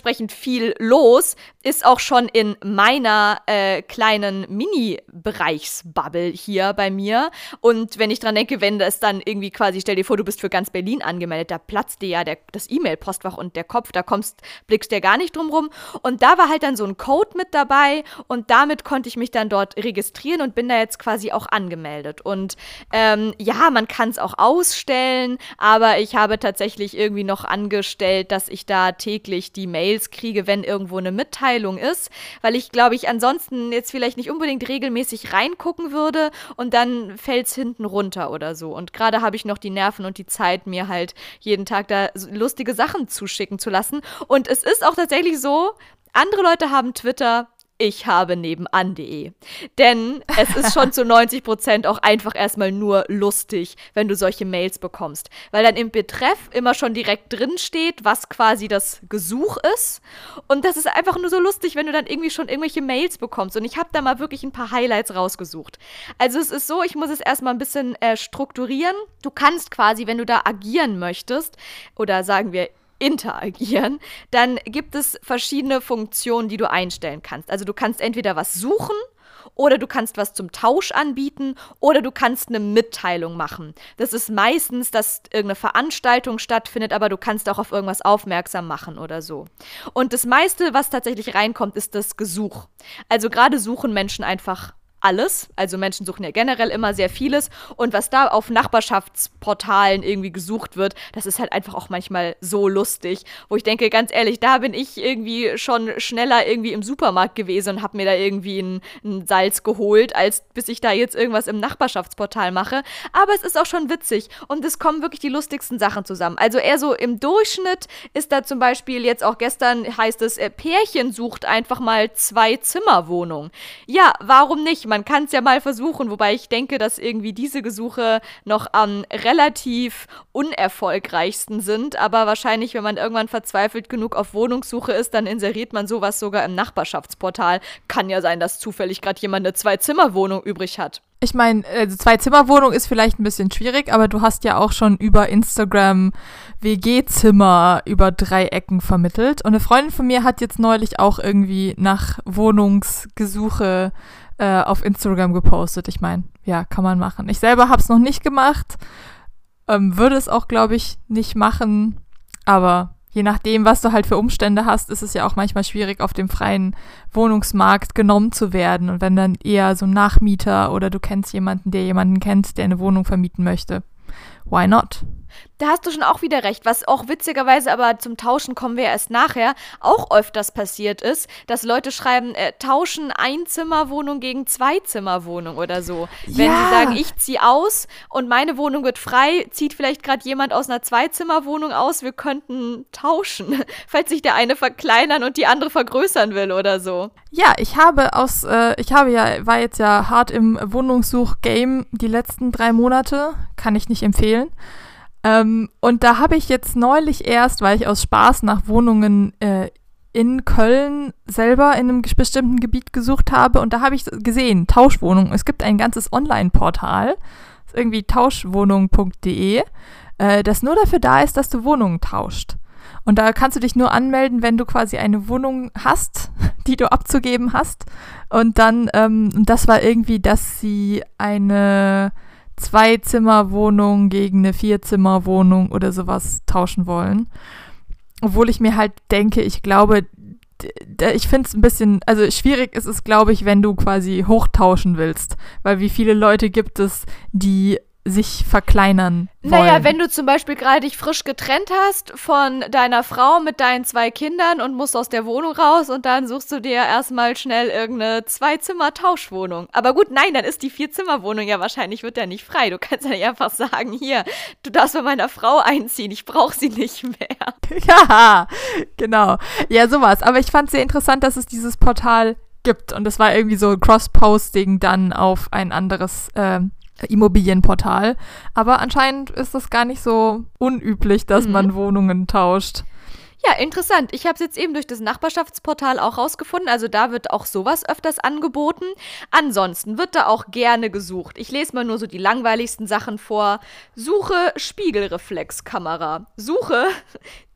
dementsprechend viel los, ist auch schon in meiner äh, kleinen Mini-Bereichsbubble hier bei mir. Und wenn ich dran denke, wenn das dann irgendwie quasi, stell dir vor, du bist für ganz Berlin angemeldet, da platzt dir ja der, das E-Mail-Postfach und der Kopf, da kommst, blickst du ja gar nicht drum rum. Und da war halt dann so ein Code mit dabei und damit konnte ich mich dann dort registrieren und bin da jetzt quasi auch angemeldet. Und ähm, ja, man kann es auch ausstellen, aber ich habe tatsächlich irgendwie noch angestellt, dass ich da täglich die Mails kriege, wenn irgendwo eine Mitteilung ist, weil ich, glaube ich, ansonsten jetzt vielleicht nicht unbedingt regelmäßig reingucken würde und dann fällt es hinten runter oder so. Und gerade habe ich noch die Nerven und die Zeit, mir halt jeden Tag da lustige Sachen zuschicken zu lassen. Und es ist auch tatsächlich so, andere Leute haben Twitter, ich habe nebenan punkt de. Denn es ist schon zu neunzig Prozent auch einfach erstmal nur lustig, wenn du solche Mails bekommst. Weil dann im Betreff immer schon direkt drin steht, was quasi das Gesuch ist. Und das ist einfach nur so lustig, wenn du dann irgendwie schon irgendwelche Mails bekommst. Und ich habe da mal wirklich ein paar Highlights rausgesucht. Also es ist so, ich muss es erstmal ein bisschen äh, strukturieren. Du kannst quasi, wenn du da agieren möchtest, oder sagen wir interagieren, dann gibt es verschiedene Funktionen, die du einstellen kannst. Also du kannst entweder was suchen oder du kannst was zum Tausch anbieten oder du kannst eine Mitteilung machen. Das ist meistens, dass irgendeine Veranstaltung stattfindet, aber du kannst auch auf irgendwas aufmerksam machen oder so. Und das meiste, was tatsächlich reinkommt, ist das Gesuch. Also gerade suchen Menschen einfach alles. Also Menschen suchen ja generell immer sehr vieles. Und was da auf Nachbarschaftsportalen irgendwie gesucht wird, das ist halt einfach auch manchmal so lustig. Wo ich denke, ganz ehrlich, da bin ich irgendwie schon schneller irgendwie im Supermarkt gewesen und habe mir da irgendwie ein, ein Salz geholt, als bis ich da jetzt irgendwas im Nachbarschaftsportal mache. Aber es ist auch schon witzig. Und es kommen wirklich die lustigsten Sachen zusammen. Also eher so im Durchschnitt ist da zum Beispiel jetzt auch gestern heißt es, äh, Pärchen sucht einfach mal Zwei-Zimmer-Wohnung. Ja, warum nicht? Man kann es ja mal versuchen, wobei ich denke, dass irgendwie diese Gesuche noch am relativ unerfolgreichsten sind, aber wahrscheinlich, wenn man irgendwann verzweifelt genug auf Wohnungssuche ist, dann inseriert man sowas sogar im Nachbarschaftsportal. Kann ja sein, dass zufällig gerade jemand eine Zwei-Zimmer-Wohnung übrig hat. Ich meine, also Zwei-Zimmer-Wohnung ist vielleicht ein bisschen schwierig, aber du hast ja auch schon über Instagram W G-Zimmer über drei Ecken vermittelt. Und eine Freundin von mir hat jetzt neulich auch irgendwie nach Wohnungsgesuche äh, auf Instagram gepostet. Ich meine, ja, kann man machen. Ich selber habe es noch nicht gemacht, ähm, würde es auch, glaube ich, nicht machen, aber je nachdem, was du halt für Umstände hast, ist es ja auch manchmal schwierig, auf dem freien Wohnungsmarkt genommen zu werden. Und wenn dann eher so ein Nachmieter oder du kennst jemanden, der jemanden kennt, der eine Wohnung vermieten möchte, why not? Da hast du schon auch wieder recht, was auch witzigerweise, aber zum Tauschen kommen wir erst nachher, auch öfters passiert ist, dass Leute schreiben, äh, tauschen Einzimmerwohnung gegen Zweizimmerwohnung oder so. Wenn Ja. sie sagen, ich ziehe aus und meine Wohnung wird frei, zieht vielleicht gerade jemand aus einer Zweizimmerwohnung aus, wir könnten tauschen, falls sich der eine verkleinern und die andere vergrößern will oder so. Ja, ich habe aus, äh, ich habe ja, war jetzt ja hart im Wohnungssuch-Game die letzten drei Monate, kann ich nicht empfehlen. Ähm, und da habe ich jetzt neulich erst, weil ich aus Spaß nach Wohnungen äh, in Köln selber in einem bestimmten Gebiet gesucht habe, und da habe ich gesehen, Tauschwohnungen. Es gibt ein ganzes Online-Portal, das ist irgendwie tauschwohnung punkt de, äh, das nur dafür da ist, dass du Wohnungen tauscht. Und da kannst du dich nur anmelden, wenn du quasi eine Wohnung hast, die du abzugeben hast. Und dann, ähm, das war irgendwie, dass sie eine Zwei-Zimmer-Wohnung gegen eine Vier-Zimmer-Wohnung oder sowas tauschen wollen. Obwohl ich mir halt denke, ich glaube, d- d- ich finde es ein bisschen, also schwierig ist es, glaube ich, wenn du quasi hochtauschen willst. Weil wie viele Leute gibt es, die sich verkleinern wollen? Naja, wenn du zum Beispiel gerade dich frisch getrennt hast von deiner Frau mit deinen zwei Kindern und musst aus der Wohnung raus und dann suchst du dir erstmal schnell irgendeine Zwei-Zimmer-Tauschwohnung. Aber gut, nein, dann ist die Vier-Zimmer-Wohnung ja wahrscheinlich, wird ja nicht frei. Du kannst ja nicht einfach sagen, hier, du darfst bei meiner Frau einziehen, ich brauche sie nicht mehr. Ja, genau. Ja, sowas. Aber ich fand es sehr interessant, dass es dieses Portal gibt. Und das war irgendwie so ein Cross-Posting dann auf ein anderes ähm, Immobilienportal. Aber anscheinend ist das gar nicht so unüblich, dass Mhm. man Wohnungen tauscht. Ja, interessant. Ich habe es jetzt eben durch das Nachbarschaftsportal auch rausgefunden. Also da wird auch sowas öfters angeboten. Ansonsten wird da auch gerne gesucht. Ich lese mal nur so die langweiligsten Sachen vor. Suche Spiegelreflexkamera. Suche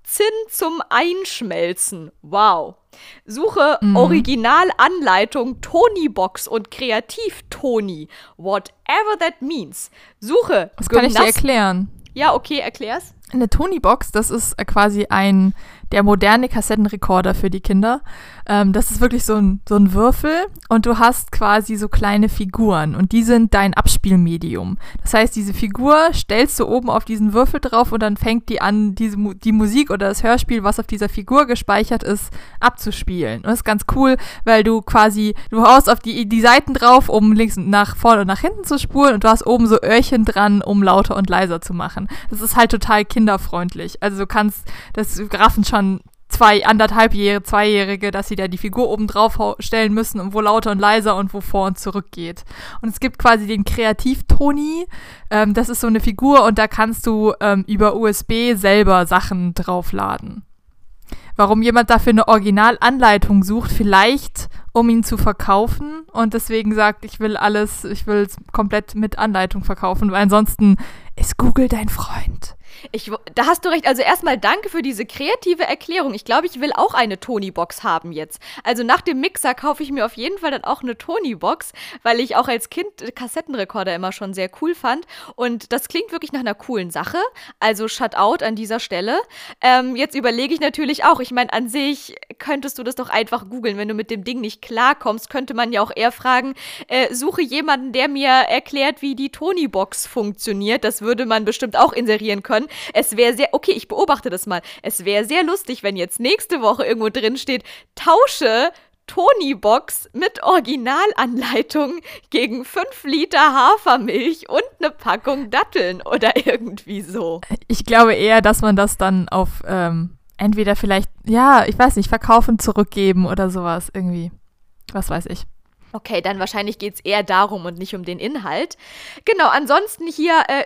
Zinn zum Einschmelzen. Wow. Suche Mhm. Originalanleitung Tonybox und Kreativ-Toni. Whatever that means. Suche Das kann ich dir Gymnast- erklären. Ja, okay, erklär's. Eine Tonybox, das ist äh, quasi ein, der moderne Kassettenrekorder für die Kinder. Ähm, das ist wirklich so ein, so ein Würfel und du hast quasi so kleine Figuren und die sind dein Abspielmedium. Das heißt, diese Figur stellst du oben auf diesen Würfel drauf und dann fängt die an, diese, Mu- die Musik oder das Hörspiel, was auf dieser Figur gespeichert ist, abzuspielen. Und das ist ganz cool, weil du quasi, du haust auf die, die Seiten drauf, um links und nach vorne und nach hinten zu spulen und du hast oben so Öhrchen dran, um lauter und leiser zu machen. Das ist halt total kinderfreundlich. Also du kannst, das raffen schon zwei, anderthalbjährige, zweijährige, dass sie da die Figur oben drauf hau- stellen müssen und wo lauter und leiser und wo vor und zurück geht. Und es gibt quasi den Kreativ-Toni, ähm, das ist so eine Figur und da kannst du ähm, über U S B selber Sachen draufladen. Warum jemand dafür eine Originalanleitung sucht, vielleicht um ihn zu verkaufen und deswegen sagt, ich will alles, ich will es komplett mit Anleitung verkaufen, weil ansonsten ist Google dein Freund. Ich, wo- da hast du recht. Also erstmal danke für diese kreative Erklärung. Ich glaube, ich will auch eine Tony-Box haben jetzt. Also nach dem Mixer kaufe ich mir auf jeden Fall dann auch eine Tony-Box, weil ich auch als Kind Kassettenrekorder immer schon sehr cool fand. Und das klingt wirklich nach einer coolen Sache. Also Shutout an dieser Stelle. Ähm, jetzt überlege ich natürlich auch, ich meine, an sich könntest du das doch einfach googeln. Wenn du mit dem Ding nicht klarkommst, könnte man ja auch eher fragen, äh, suche jemanden, der mir erklärt, wie die Tony-Box funktioniert. Das würde man bestimmt auch inserieren können. Es wäre sehr, okay, ich beobachte das mal. Es wäre sehr lustig, wenn jetzt nächste Woche irgendwo drin steht, tausche Tony-Box mit Originalanleitung gegen fünf Liter Hafermilch und eine Packung Datteln oder irgendwie so. Ich glaube eher, dass man das dann auf ähm, entweder vielleicht, ja, ich weiß nicht, verkaufen, zurückgeben oder sowas irgendwie. Was weiß ich. Okay, dann wahrscheinlich geht es eher darum und nicht um den Inhalt. Genau, ansonsten hier äh,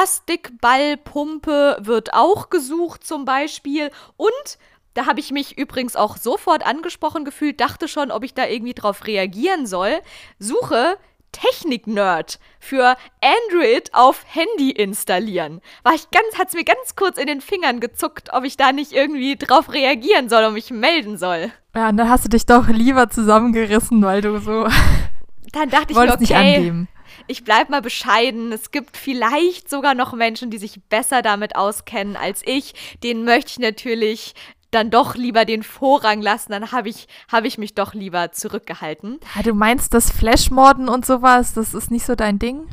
Gymnastikballpumpe wird auch gesucht zum Beispiel. Und da habe ich mich übrigens auch sofort angesprochen gefühlt, dachte schon, ob ich da irgendwie drauf reagieren soll. Suche Technik-Nerd für Android auf Handy installieren. War ich ganz, hat's mir ganz kurz in den Fingern gezuckt, ob ich da nicht irgendwie drauf reagieren soll und mich melden soll. Ja, und dann hast du dich doch lieber zusammengerissen, weil du so Dann dachte ich mir, wolltest nicht okay, angeben. ich bleib mal bescheiden. Es gibt vielleicht sogar noch Menschen, die sich besser damit auskennen als ich. Denen möchte ich natürlich dann doch lieber den Vorrang lassen. Dann habe ich, hab ich mich doch lieber zurückgehalten. Ja, du meinst das Flashmorden und sowas, das ist nicht so dein Ding?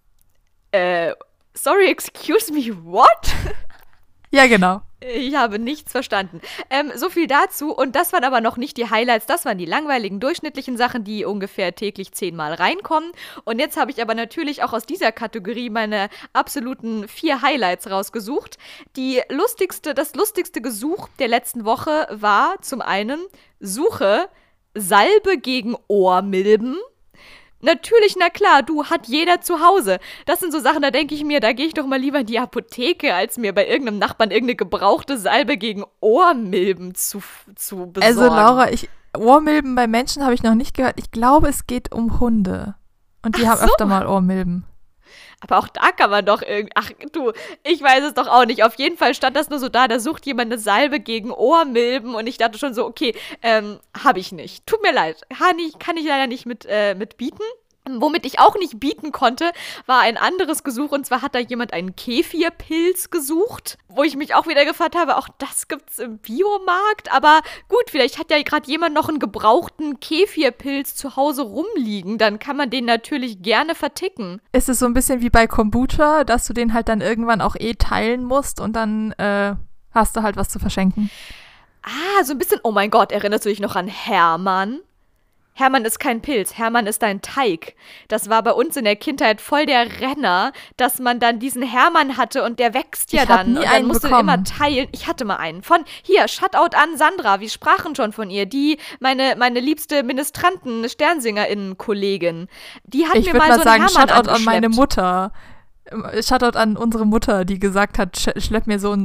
Äh, sorry, excuse me, what? Ja, genau. Ich habe nichts verstanden. Ähm, so viel dazu. Und das waren aber noch nicht die Highlights. Das waren die langweiligen, durchschnittlichen Sachen, die ungefähr täglich zehnmal reinkommen. Und jetzt habe ich aber natürlich auch aus dieser Kategorie meine absoluten vier Highlights rausgesucht. Die lustigste, das lustigste Gesuch der letzten Woche war zum einen Suche Salbe gegen Ohrmilben. Natürlich, na klar, du, hat jeder zu Hause. Das sind so Sachen, da denke ich mir, da gehe ich doch mal lieber in die Apotheke, als mir bei irgendeinem Nachbarn irgendeine gebrauchte Salbe gegen Ohrmilben zu, zu besorgen. Also Laura, ich, Ohrmilben bei Menschen habe ich noch nicht gehört. Ich glaube, es geht um Hunde. Und die Ach haben so. öfter mal Ohrmilben. Aber auch da kann man doch irgendwie, ach du, ich weiß es doch auch nicht. Auf jeden Fall stand das nur so da, da sucht jemand eine Salbe gegen Ohrmilben und ich dachte schon so, okay, ähm, habe ich nicht. Tut mir leid, kann ich, kann ich leider nicht mit, äh, mit bieten. Womit ich auch nicht bieten konnte, war ein anderes Gesuch. Und zwar hat da jemand einen Kefirpilz gesucht, wo ich mich auch wieder gefragt habe, auch das gibt's im Biomarkt. Aber gut, vielleicht hat ja gerade jemand noch einen gebrauchten Kefirpilz zu Hause rumliegen. Dann kann man den natürlich gerne verticken. Ist es so ein bisschen wie bei Kombucha, dass du den halt dann irgendwann auch eh teilen musst und dann äh, hast du halt was zu verschenken? Ah, so ein bisschen, oh mein Gott, erinnerst du dich noch an Hermann? Hermann ist kein Pilz, Hermann ist ein Teig. Das war bei uns in der Kindheit voll der Renner, dass man dann diesen Hermann hatte und der wächst ja Ich hab dann. nie und dann einen musst du bekommen. immer teilen. Ich hatte mal einen. Von, hier, Shoutout an Sandra, wir sprachen schon von ihr. Die, meine, meine liebste Ministranten, SternsingerInnen-Kollegin. Die hat Ich mir würde mal mal so einen sagen, Hermann Shoutout an meine angeschleppt. Mutter. Ähm, Shoutout an unsere Mutter, die gesagt hat, sch schlepp mir so ein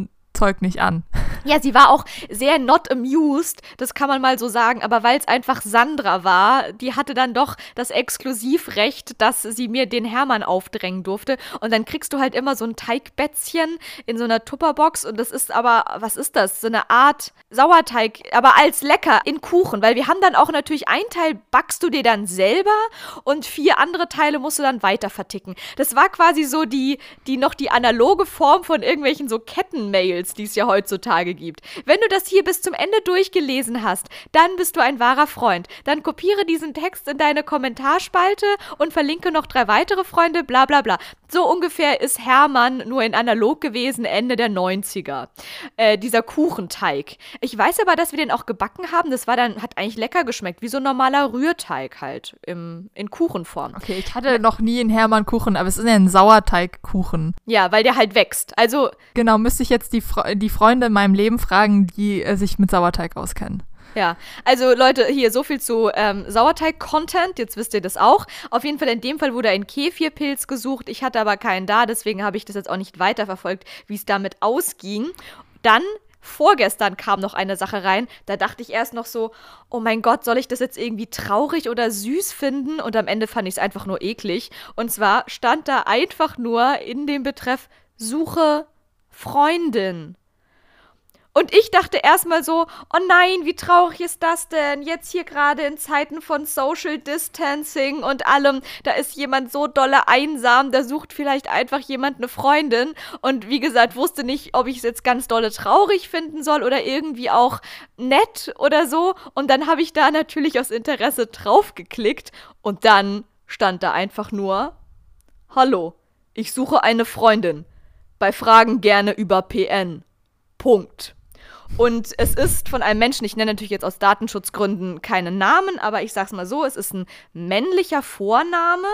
Zeug nicht an. Ja, sie war auch sehr not amused, das kann man mal so sagen, aber weil es einfach Sandra war, die hatte dann doch das Exklusivrecht, dass sie mir den Hermann aufdrängen durfte. Und dann kriegst du halt immer so ein Teigbätzchen in so einer Tupperbox und das ist aber, was ist das? So eine Art Sauerteig, aber als lecker in Kuchen, weil wir haben dann auch natürlich ein Teil backst du dir dann selber und vier andere Teile musst du dann weiter verticken. Das war quasi so die, die noch die analoge Form von irgendwelchen so Kettenmails, die es ja heutzutage gibt. Wenn du das hier bis zum Ende durchgelesen hast, dann bist du ein wahrer Freund. Dann kopiere diesen Text in deine Kommentarspalte und verlinke noch drei weitere Freunde, bla bla bla. So ungefähr ist Hermann nur in analog gewesen, Ende der neunziger. Äh, dieser Kuchenteig. Ich weiß aber, dass wir den auch gebacken haben. Das war dann, hat eigentlich lecker geschmeckt, wie so ein normaler Rührteig halt im, in Kuchenform. Okay, ich hatte noch nie einen Hermann-Kuchen, aber es ist ja ein Sauerteigkuchen. Ja, weil der halt wächst. Also genau, müsste ich jetzt die, Fre- die Freunde in meinem Leben fragen, die äh, sich mit Sauerteig auskennen. Ja, also Leute, hier so viel zu ähm, Sauerteig-Content, jetzt wisst ihr das auch. Auf jeden Fall in dem Fall wurde ein Kefirpilz gesucht, ich hatte aber keinen da, deswegen habe ich das jetzt auch nicht weiterverfolgt, wie es damit ausging. Dann, vorgestern kam noch eine Sache rein, da dachte ich erst noch so, oh mein Gott, soll ich das jetzt irgendwie traurig oder süß finden? Und am Ende fand ich es einfach nur eklig. Und zwar stand da einfach nur in dem Betreff, suche Freundin. Und ich dachte erstmal so, oh nein, wie traurig ist das denn? Jetzt hier gerade in Zeiten von Social Distancing und allem, da ist jemand so dolle einsam, da sucht vielleicht einfach jemand eine Freundin. Und wie gesagt, wusste nicht, ob ich es jetzt ganz dolle traurig finden soll oder irgendwie auch nett oder so. Und dann habe ich da natürlich aus Interesse drauf geklickt und dann stand da einfach nur, hallo, ich suche eine Freundin. Bei Fragen gerne über P N. Punkt. Und es ist von einem Menschen, ich nenne natürlich jetzt aus Datenschutzgründen keinen Namen, aber ich sag's mal so, es ist ein männlicher Vorname,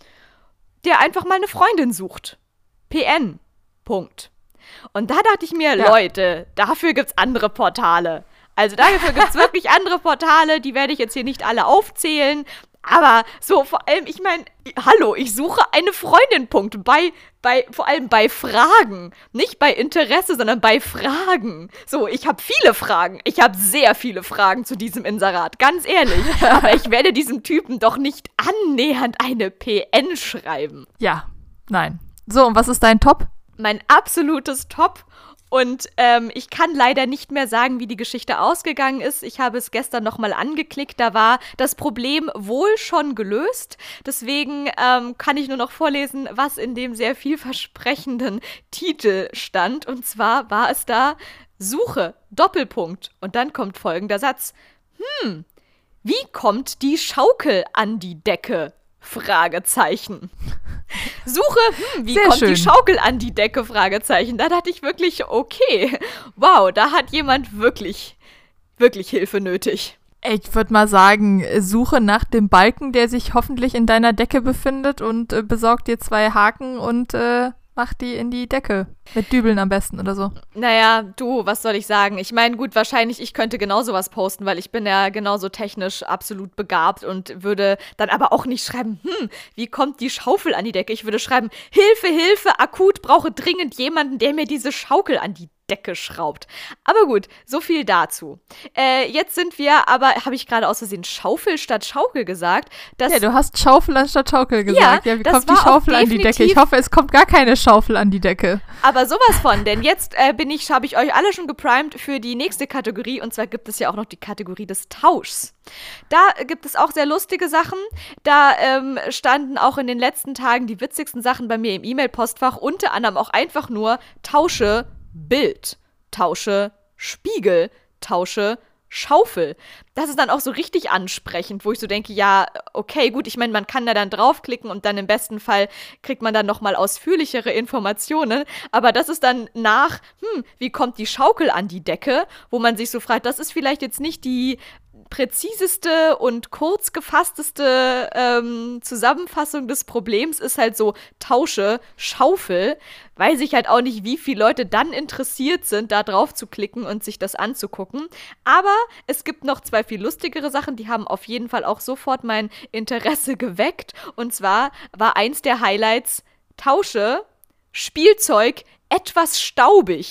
der einfach mal eine Freundin sucht. P N. Punkt. Und da dachte ich mir, ja. Leute, dafür gibt's andere Portale. Also dafür gibt's wirklich andere Portale, die werde ich jetzt hier nicht alle aufzählen. Aber so vor allem, ich meine, hallo, ich suche eine Freundin, Punkt. Bei, bei, vor allem bei Fragen. Nicht bei Interesse, sondern bei Fragen. So, ich habe viele Fragen. Ich habe sehr viele Fragen zu diesem Inserat, ganz ehrlich. Aber ich werde diesem Typen doch nicht annähernd eine P N schreiben. Ja, nein. So, und was ist dein Top? Mein absolutes Top. Und ähm, ich kann leider nicht mehr sagen, wie die Geschichte ausgegangen ist. Ich habe es gestern nochmal angeklickt. Da war das Problem wohl schon gelöst. Deswegen ähm, kann ich nur noch vorlesen, was in dem sehr vielversprechenden Titel stand. Und zwar war es da Suche, Doppelpunkt. Und dann kommt folgender Satz. Hm, wie kommt die Schaukel an die Decke? Fragezeichen. Suche, hm, wie Sehr kommt schön. die Schaukel an die Decke? Fragezeichen. Da dachte ich wirklich, okay, wow, da hat jemand wirklich, wirklich Hilfe nötig. Ich würde mal sagen, suche nach dem Balken, der sich hoffentlich in deiner Decke befindet und äh, besorg dir zwei Haken und äh, mach die in die Decke. Mit Dübeln am besten oder so. Naja, du, was soll ich sagen? Ich meine, gut, wahrscheinlich, ich könnte genauso was posten, weil ich bin ja genauso technisch absolut begabt und würde dann aber auch nicht schreiben, hm, wie kommt die Schaufel an die Decke? Ich würde schreiben, Hilfe, Hilfe, akut, brauche dringend jemanden, der mir diese Schaukel an die Decke schraubt. Aber gut, so viel dazu. Äh, jetzt sind wir, aber habe ich gerade aus Versehen Schaufel statt Schaukel gesagt? Ja, du hast Schaufel anstatt Schaukel gesagt. Ja, ja, wie kommt die Schaufel an die Decke? Ich hoffe, es kommt gar keine Schaufel an die Decke. Aber sowas von, denn jetzt äh, bin ich, habe ich euch alle schon geprimed für die nächste Kategorie und zwar gibt es ja auch noch die Kategorie des Tauschs. Da gibt es auch sehr lustige Sachen. Da ähm, standen auch in den letzten Tagen die witzigsten Sachen bei mir im E-Mail-Postfach, unter anderem auch einfach nur Tausche Bild, tausche Spiegel, tausche Schaufel. Das ist dann auch so richtig ansprechend, wo ich so denke, ja, okay, gut, ich meine, man kann da dann draufklicken und dann im besten Fall kriegt man dann nochmal ausführlichere Informationen, aber das ist dann nach, hm, wie kommt die Schaukel an die Decke, wo man sich so fragt, das ist vielleicht jetzt nicht die präziseste und kurz gefassteste ähm, Zusammenfassung des Problems ist halt so Tausche, Schaufel. Weiß ich halt auch nicht, wie viele Leute dann interessiert sind, da drauf zu klicken und sich das anzugucken. Aber es gibt noch zwei viel lustigere Sachen, die haben auf jeden Fall auch sofort mein Interesse geweckt. Und zwar war eins der Highlights Tausche, Spielzeug, etwas staubig.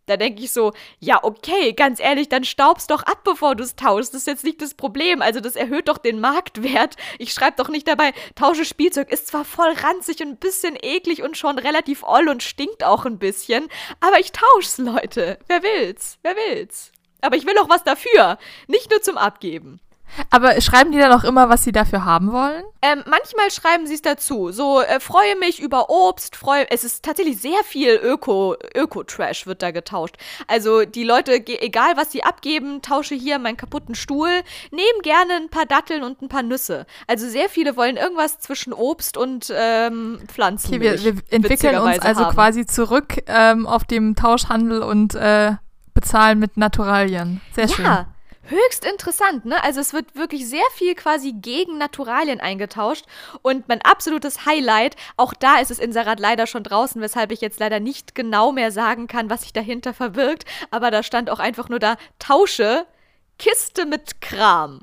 Da denke ich so, ja, okay, ganz ehrlich, dann staub's doch ab, bevor du es tauschst. Das ist jetzt nicht das Problem. Also das erhöht doch den Marktwert. Ich schreibe doch nicht dabei, tausche Spielzeug. Ist zwar voll ranzig und ein bisschen eklig und schon relativ oll und stinkt auch ein bisschen, aber ich tausch's, Leute. Wer will's? Wer will's? Aber ich will auch was dafür. Nicht nur zum Abgeben. Aber schreiben die dann auch immer, was sie dafür haben wollen? Ähm, manchmal schreiben sie es dazu. So, äh, freue mich über Obst, freue. Es ist tatsächlich sehr viel Öko, Öko-Trash wird da getauscht. Also die Leute, ge- egal was sie abgeben, tausche hier meinen kaputten Stuhl, nehmen gerne ein paar Datteln und ein paar Nüsse. Also sehr viele wollen irgendwas zwischen Obst und ähm, Pflanzenmilch. Okay, wir, wir entwickeln uns also haben. quasi zurück ähm, auf dem Tauschhandel und äh, bezahlen mit Naturalien. Sehr schön. Ja. Höchst interessant, ne? Also es wird wirklich sehr viel quasi gegen Naturalien eingetauscht und mein absolutes Highlight, auch da ist es Inserat leider schon draußen, weshalb ich jetzt leider nicht genau mehr sagen kann, was sich dahinter verbirgt, aber da stand auch einfach nur da, tausche Kiste mit Kram.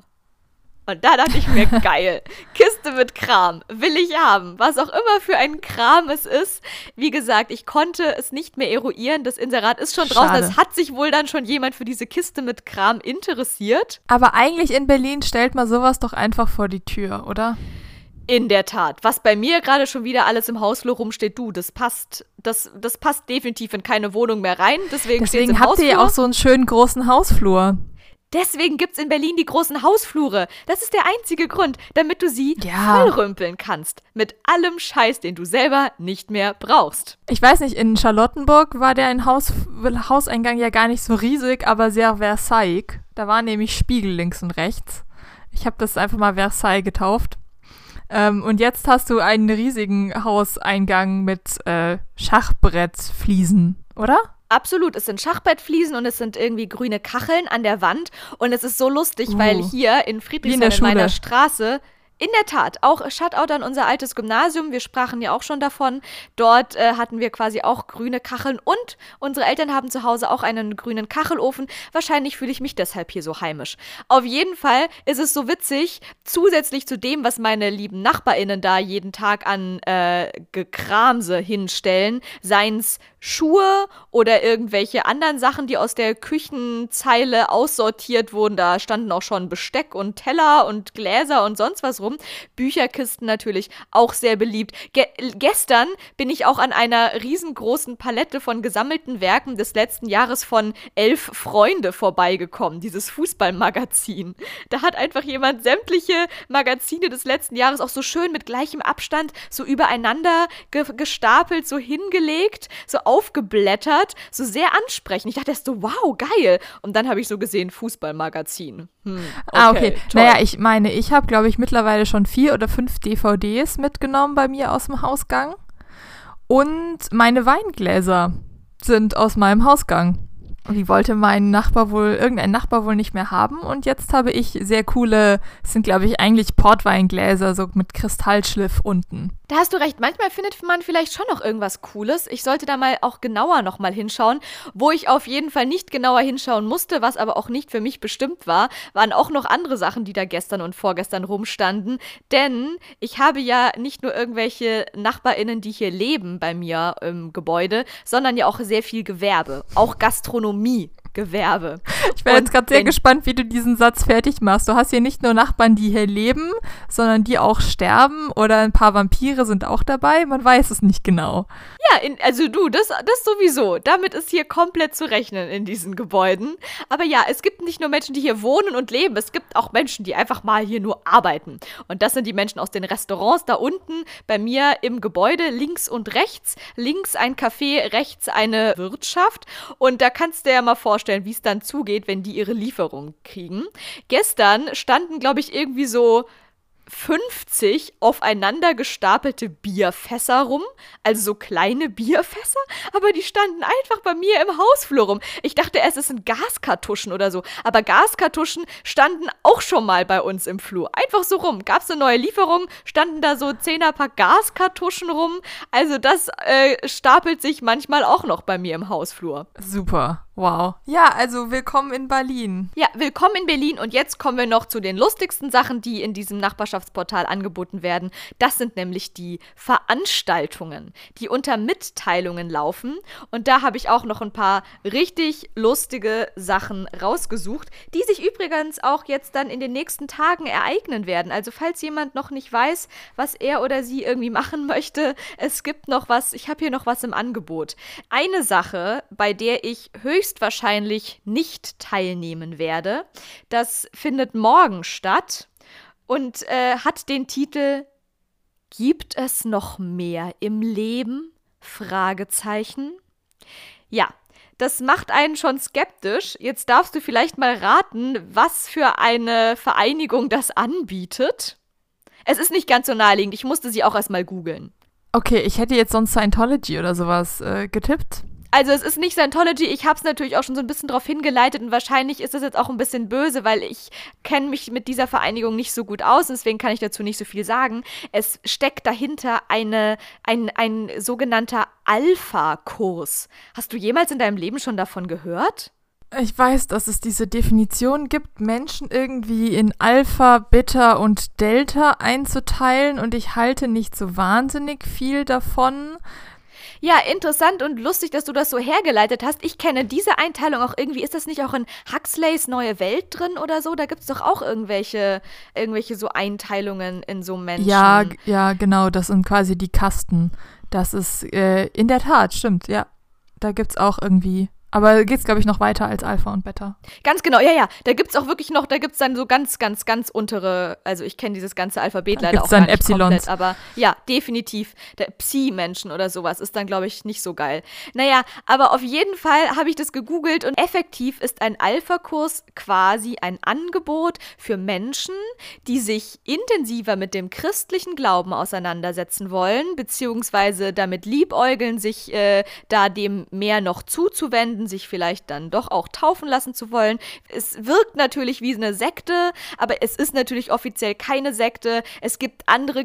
Und da dachte ich mir, geil, Kiste mit Kram, will ich haben. Was auch immer für ein Kram es ist. Wie gesagt, ich konnte es nicht mehr eruieren. Das Inserat ist schon draußen. Schade. Es hat sich wohl dann schon jemand für diese Kiste mit Kram interessiert. Aber eigentlich in Berlin stellt man sowas doch einfach vor die Tür, oder? In der Tat. Was bei mir gerade schon wieder alles im Hausflur rumsteht, du, das passt, das, das passt definitiv in keine Wohnung mehr rein. Deswegen, Deswegen im habt Hausflur. ihr ja auch so einen schönen großen Hausflur. Deswegen gibt's in Berlin die großen Hausflure. Das ist der einzige Grund, damit du sie Ja. vollrümpeln kannst. Mit allem Scheiß, den du selber nicht mehr brauchst. Ich weiß nicht, in Charlottenburg war der ein Haus, Hauseingang ja gar nicht so riesig, aber sehr Versailles. Da war nämlich Spiegel links und rechts. Ich habe das einfach mal Versailles getauft. Ähm, und jetzt hast du einen riesigen Hauseingang mit äh, Schachbrettfliesen, oder? Absolut, es sind Schachbrettfliesen und es sind irgendwie grüne Kacheln an der Wand. Und es ist so lustig, Uh. weil hier in Wie in Friedrichshain der in meiner Schule. Straße, in der Tat, auch Shoutout an unser altes Gymnasium, wir sprachen ja auch schon davon, dort äh, hatten wir quasi auch grüne Kacheln und unsere Eltern haben zu Hause auch einen grünen Kachelofen. Wahrscheinlich fühle ich mich deshalb hier so heimisch. Auf jeden Fall ist es so witzig, zusätzlich zu dem, was meine lieben NachbarInnen da jeden Tag an äh, Gekramse hinstellen, seien's Schuhe oder irgendwelche anderen Sachen, die aus der Küchenzeile aussortiert wurden. Da standen auch schon Besteck und Teller und Gläser und sonst was rum. Bücherkisten natürlich auch sehr beliebt. Ge- gestern bin ich auch an einer riesengroßen Palette von gesammelten Werken des letzten Jahres von Elf Freunde vorbeigekommen, dieses Fußballmagazin. Da hat einfach jemand sämtliche Magazine des letzten Jahres auch so schön mit gleichem Abstand so übereinander ge- gestapelt, so hingelegt, so aufgeblättert, so sehr ansprechend. Ich dachte erst so, wow, geil. Und dann habe ich so gesehen, Fußballmagazin. Hm, okay, Ah, okay. toll. Naja, ich meine, ich habe, glaube ich, mittlerweile schon vier oder fünf D V Ds mitgenommen bei mir aus dem Hausgang. Und meine Weingläser sind aus meinem Hausgang. Und die wollte mein Nachbar wohl, irgendein Nachbar wohl nicht mehr haben. Und jetzt habe ich sehr coole, es sind, glaube ich, eigentlich Portweingläser, so mit Kristallschliff unten. Da hast du recht. Manchmal findet man vielleicht schon noch irgendwas Cooles. Ich sollte da mal auch genauer noch mal hinschauen. Wo ich auf jeden Fall nicht genauer hinschauen musste, was aber auch nicht für mich bestimmt war, waren auch noch andere Sachen, die da gestern und vorgestern rumstanden. Denn ich habe ja nicht nur irgendwelche NachbarInnen, die hier leben bei mir im Gebäude, sondern ja auch sehr viel Gewerbe. Auch Gastronomie. Gewerbe. Ich bin Und jetzt gerade sehr wenn- gespannt, wie du diesen Satz fertig machst. Du hast hier nicht nur Nachbarn, die hier leben, sondern die auch sterben oder ein paar Vampire sind auch dabei. Man weiß es nicht genau. Ja, in, also du, das, das sowieso. Damit ist hier komplett zu rechnen in diesen Gebäuden. Aber ja, es gibt nicht nur Menschen, die hier wohnen und leben. Es gibt auch Menschen, die einfach mal hier nur arbeiten. Und das sind die Menschen aus den Restaurants da unten bei mir im Gebäude, links und rechts. Links ein Café, rechts eine Wirtschaft. Und da kannst du dir ja mal vorstellen, wie es dann zugeht, wenn die ihre Lieferung kriegen. Gestern standen, glaube ich, irgendwie so fünfzig aufeinander gestapelte Bierfässer rum, also so kleine Bierfässer, aber die standen einfach bei mir im Hausflur rum. Ich dachte erst, es sind Gaskartuschen oder so, aber Gaskartuschen standen auch schon mal bei uns im Flur. Einfach so rum. Gab es eine neue Lieferung, standen da so Zehnerpack Gaskartuschen rum. Also das äh, stapelt sich manchmal auch noch bei mir im Hausflur. Super. Wow. Ja, also willkommen in Berlin. Ja, willkommen in Berlin und jetzt kommen wir noch zu den lustigsten Sachen, die in diesem Nachbarschaftsportal angeboten werden. Das sind nämlich die Veranstaltungen, die unter Mitteilungen laufen und da habe ich auch noch ein paar richtig lustige Sachen rausgesucht, die sich übrigens auch jetzt dann in den nächsten Tagen ereignen werden. Also falls jemand noch nicht weiß, was er oder sie irgendwie machen möchte, es gibt noch was, ich habe hier noch was im Angebot. Eine Sache, bei der ich höchst wahrscheinlich nicht teilnehmen werde. Das findet morgen statt und äh, hat den Titel Gibt es noch mehr im Leben? Fragezeichen. Ja, das macht einen schon skeptisch. Jetzt darfst du vielleicht mal raten, was für eine Vereinigung das anbietet. Es ist nicht ganz so naheliegend. Ich musste sie auch erstmal googeln. Okay, ich hätte jetzt sonst Scientology oder sowas äh, getippt. Also es ist nicht Scientology, ich habe es natürlich auch schon so ein bisschen drauf hingeleitet und wahrscheinlich ist das jetzt auch ein bisschen böse, weil ich kenne mich mit dieser Vereinigung nicht so gut aus, deswegen kann ich dazu nicht so viel sagen. Es steckt dahinter eine, ein, ein sogenannter Alpha-Kurs. Hast du jemals in deinem Leben schon davon gehört? Ich weiß, dass es diese Definition gibt, Menschen irgendwie in Alpha, Beta und Delta einzuteilen und ich halte nicht so wahnsinnig viel davon. Ja, interessant und lustig, dass du das so hergeleitet hast. Ich kenne diese Einteilung auch irgendwie. Ist das nicht auch in Huxleys Neue Welt drin oder so? Da gibt es doch auch irgendwelche, irgendwelche so Einteilungen in so Menschen. Ja, g- ja, genau. Das sind quasi die Kasten. Das ist äh, in der Tat, stimmt, ja. Da gibt's auch irgendwie. Aber geht's, glaube ich, noch weiter als Alpha und Beta. Ganz genau, ja, ja. Da gibt's auch wirklich noch, da gibt's dann so ganz, ganz, ganz untere, also ich kenne dieses ganze Alphabet Da leider gibt's auch gar dann nicht Epsilons. komplett, aber ja, definitiv. Der Psi-Menschen oder sowas ist dann, glaube ich, nicht so geil. Naja, aber auf jeden Fall habe ich das gegoogelt und effektiv ist ein Alpha-Kurs quasi ein Angebot für Menschen, die sich intensiver mit dem christlichen Glauben auseinandersetzen wollen, beziehungsweise damit liebäugeln, sich äh, da dem mehr noch zuzuwenden, sich vielleicht dann doch auch taufen lassen zu wollen. Es wirkt natürlich wie eine Sekte, aber es ist natürlich offiziell keine Sekte. Es gibt andere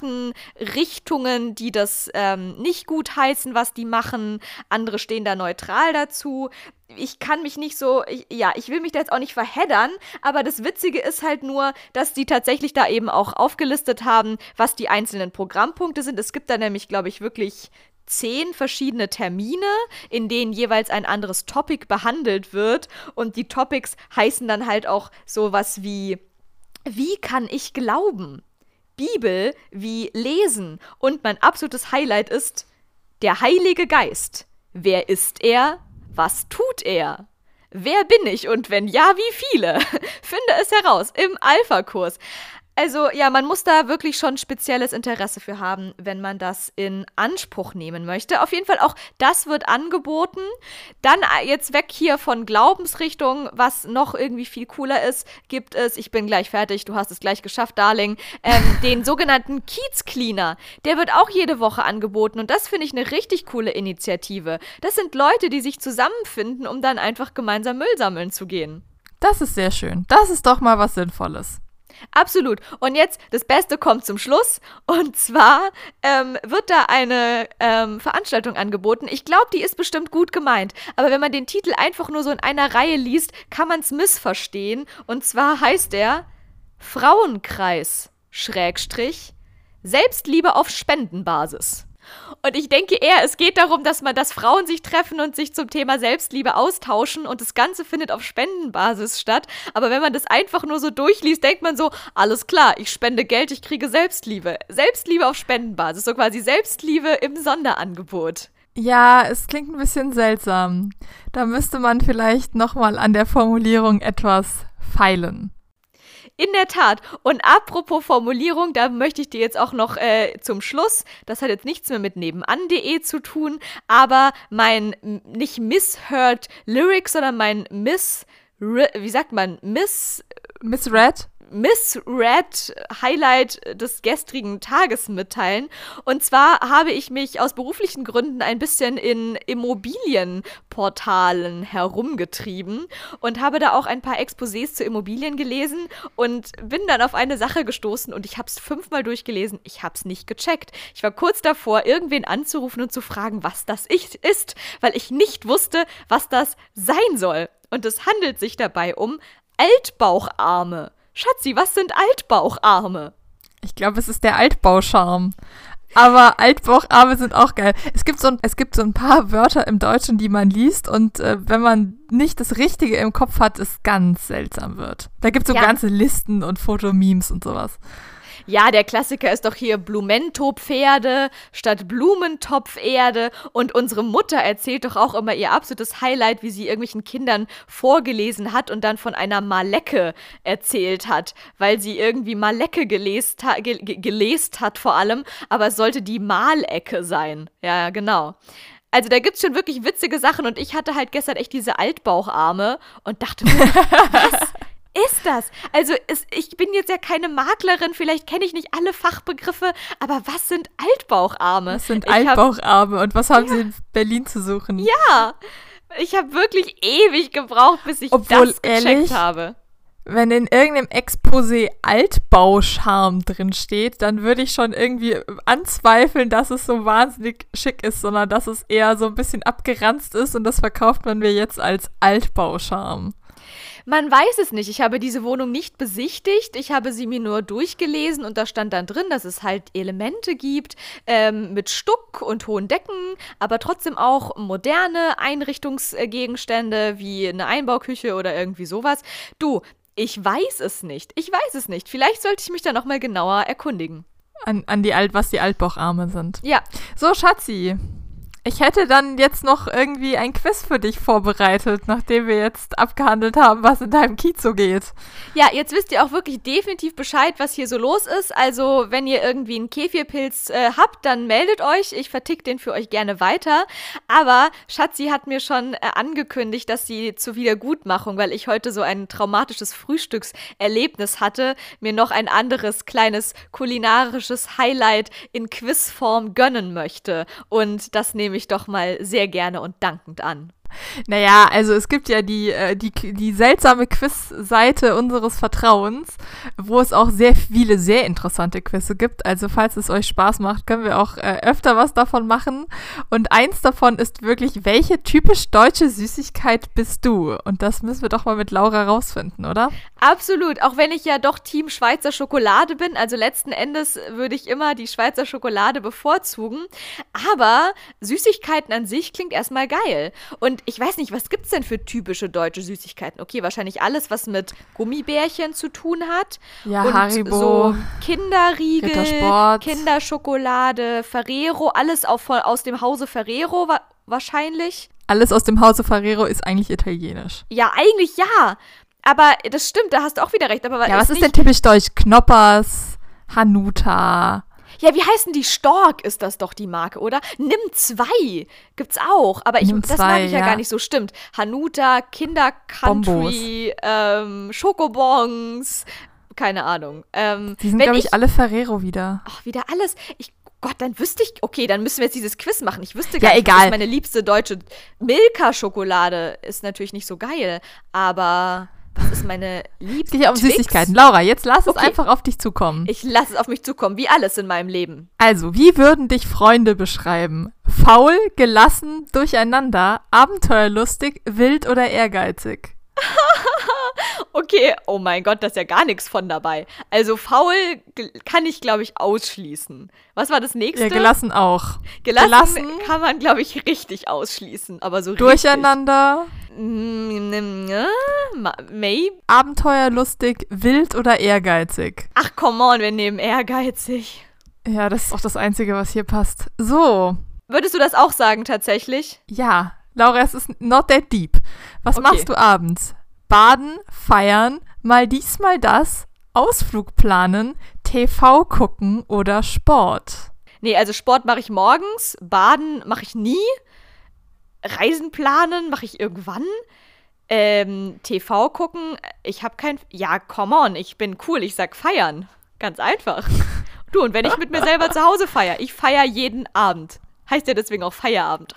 Kirchenrichtungen, die das ähm, nicht gut heißen, was die machen. Andere stehen da neutral dazu. Ich kann mich nicht so, ich, ja, ich will mich da jetzt auch nicht verheddern, aber das Witzige ist halt nur, dass die tatsächlich da eben auch aufgelistet haben, was die einzelnen Programmpunkte sind. Es gibt da nämlich, glaube ich, wirklich zehn verschiedene Termine, in denen jeweils ein anderes Topic behandelt wird und die Topics heißen dann halt auch sowas wie Wie kann ich glauben? Bibel wie lesen und mein absolutes Highlight ist der Heilige Geist. Wer ist er? Was tut er? Wer bin ich und wenn ja, wie viele? Finde es heraus im Alpha-Kurs. Also ja, man muss da wirklich schon spezielles Interesse für haben, wenn man das in Anspruch nehmen möchte. Auf jeden Fall auch das wird angeboten. Dann jetzt weg hier von Glaubensrichtungen, was noch irgendwie viel cooler ist, gibt es, ich bin gleich fertig, du hast es gleich geschafft, Darling, ähm, den sogenannten Kiez-Cleaner. Der wird auch jede Woche angeboten und das finde ich eine richtig coole Initiative. Das sind Leute, die sich zusammenfinden, um dann einfach gemeinsam Müll sammeln zu gehen. Das ist sehr schön. Das ist doch mal was Sinnvolles. Absolut. Und jetzt, das Beste kommt zum Schluss. Und zwar ähm, wird da eine ähm, Veranstaltung angeboten. Ich glaube, die ist bestimmt gut gemeint. Aber wenn man den Titel einfach nur so in einer Reihe liest, kann man es missverstehen. Und zwar heißt er Frauenkreis, Schrägstrich, Selbstliebe auf Spendenbasis. Und ich denke eher, es geht darum, dass man, dass Frauen sich treffen und sich zum Thema Selbstliebe austauschen und das Ganze findet auf Spendenbasis statt. Aber wenn man das einfach nur so durchliest, denkt man so, alles klar, ich spende Geld, ich kriege Selbstliebe. Selbstliebe auf Spendenbasis, so quasi Selbstliebe im Sonderangebot. Ja, es klingt ein bisschen seltsam. Da müsste man vielleicht nochmal an der Formulierung etwas feilen. In der Tat. Und apropos Formulierung, da möchte ich dir jetzt auch noch äh, zum Schluss, das hat jetzt nichts mehr mit nebenan punkt de zu tun, aber mein nicht misheard Lyrics, sondern mein Miss, wie sagt man, Miss... Misread? Misread-Highlight des gestrigen Tages mitteilen. Und zwar habe ich mich aus beruflichen Gründen ein bisschen in Immobilienportalen herumgetrieben und habe da auch ein paar Exposés zu Immobilien gelesen und bin dann auf eine Sache gestoßen und ich habe es fünfmal durchgelesen. Ich habe es nicht gecheckt. Ich war kurz davor, irgendwen anzurufen und zu fragen, was das ist, weil ich nicht wusste, was das sein soll. Und es handelt sich dabei um Altbaucharme. Schatzi, was sind Altbaucharme? Ich glaube, es ist der Altbaucharme. Aber Altbaucharme sind auch geil. Es gibt so ein, es gibt so ein paar Wörter im Deutschen, die man liest und äh, wenn man nicht das Richtige im Kopf hat, es ganz seltsam wird. Da gibt es so Ja. ganze Listen und Fotomemes und sowas. Ja, der Klassiker ist doch hier Blumentopferde statt Blumentopferde. Und unsere Mutter erzählt doch auch immer ihr absolutes Highlight, wie sie irgendwelchen Kindern vorgelesen hat und dann von einer Malecke erzählt hat, weil sie irgendwie Malecke gelest, ha- ge- ge- gelest hat vor allem, aber es sollte die Malecke sein. Ja, genau. Also da gibt's schon wirklich witzige Sachen und ich hatte halt gestern echt diese Altbaucharme und dachte mir, was ist das? Also es, ich bin jetzt ja keine Maklerin, vielleicht kenne ich nicht alle Fachbegriffe, aber was sind Altbaucharme? Das sind Ich hab- Altbaucharme und was haben sie in Berlin zu suchen? Ja, ich habe wirklich ewig gebraucht, bis ich Obwohl, das gecheckt ehrlich, habe. Wenn in irgendeinem Exposé Altbaucharme drin steht, dann würde ich schon irgendwie anzweifeln, dass es so wahnsinnig schick ist, sondern dass es eher so ein bisschen abgeranzt ist und das verkauft man mir jetzt als Altbaucharme. Man weiß es nicht. Ich habe diese Wohnung nicht besichtigt. Ich habe sie mir nur durchgelesen und da stand dann drin, dass es halt Elemente gibt ähm, mit Stuck und hohen Decken, aber trotzdem auch moderne Einrichtungsgegenstände wie eine Einbauküche oder irgendwie sowas. Du, ich weiß es nicht. Ich weiß es nicht. Vielleicht sollte ich mich da nochmal genauer erkundigen. An, an die Alt, was die Altbaucharme sind. Ja, So, Schatzi, ich hätte dann jetzt noch irgendwie ein Quiz für dich vorbereitet, nachdem wir jetzt abgehandelt haben, was in deinem Kiez so geht. Ja, jetzt wisst ihr auch wirklich definitiv Bescheid, was hier so los ist. Also, wenn ihr irgendwie einen Kefirpilz äh, habt, dann meldet euch. Ich vertick den für euch gerne weiter. Aber Schatzi hat mir schon äh, angekündigt, dass sie zur Wiedergutmachung, weil ich heute so ein traumatisches Frühstückserlebnis hatte, mir noch ein anderes kleines kulinarisches Highlight in Quizform gönnen möchte. Und das nehme ich doch mal sehr gerne und dankend an. Naja, also es gibt ja die, äh, die, die seltsame Quiz-Seite unseres Vertrauens, wo es auch sehr viele, sehr interessante Quizze gibt. Also falls es euch Spaß macht, können wir auch äh, öfter was davon machen. Und eins davon ist wirklich, welche typisch deutsche Süßigkeit bist du? Und das müssen wir doch mal mit Laura rausfinden, oder? Absolut, auch wenn ich ja doch Team Schweizer Schokolade bin, also letzten Endes würde ich immer die Schweizer Schokolade bevorzugen, aber Süßigkeiten an sich klingt erstmal geil. Und ich weiß nicht, was gibt's denn für typische deutsche Süßigkeiten? Okay, wahrscheinlich alles, was mit Gummibärchen zu tun hat. Ja, und Haribo, so Kinderriegel, Rittersport. Kinderschokolade, Ferrero, alles auch voll aus dem Hause Ferrero wa- wahrscheinlich. Alles aus dem Hause Ferrero ist eigentlich italienisch. Ja, eigentlich ja. Aber das stimmt, da hast du auch wieder recht. Aber Ja, was ist nicht denn typisch deutsch? Knoppers, Hanuta. Ja, wie heißen die? Stork ist das doch die Marke, oder? Nimm zwei gibt's auch, aber ich, Nimm das zwei, mag ich ja, ja. gar nicht so. Stimmt. Hanuta, Kinder Country, ähm, Schokobons, keine Ahnung. Ähm, Die sind, wenn glaube ich, alle Ferrero wieder. Ach, wieder alles. Ich, Gott, dann wüsste ich, okay, dann müssen wir jetzt dieses Quiz machen. Ich wüsste Ja, gar nicht, was egal. ist meine liebste deutsche Milka-Schokolade ist natürlich nicht so geil, aber was ist meine Es liebste geht ja um Twix? Süßigkeiten. Laura, jetzt lass es Okay. einfach auf dich zukommen. Ich lasse es auf mich zukommen, wie alles in meinem Leben. Also, wie würden dich Freunde beschreiben? Faul, gelassen, durcheinander, abenteuerlustig, wild oder ehrgeizig? Okay, oh mein Gott, da ist ja gar nichts von dabei. Also faul g- kann ich, glaube ich, ausschließen. Was war das nächste? Ja, gelassen auch. Gelassen, gelassen. kann man, glaube ich, richtig ausschließen. Aber so Durcheinander, richtig. Mm, mm, äh, ma- maybe? abenteuerlustig, wild oder ehrgeizig? Ach, come on, wir nehmen ehrgeizig. Ja, das ist auch das Einzige, was hier passt. So, Würdest du das auch sagen, tatsächlich? ja. Laura, es ist not that deep. Was Okay. machst du abends? Baden, feiern, mal dies, mal das, Ausflug planen, T V gucken oder Sport? Nee, also Sport mache ich morgens, Baden mache ich nie, Reisen planen mache ich irgendwann. Ähm, T V gucken, ich habe kein, ja, come on, ich bin cool, ich sag feiern. Ganz einfach. Du, und wenn ich mit mir selber zu Hause feiere, ich feiere jeden Abend. Heißt ja deswegen auch Feierabend.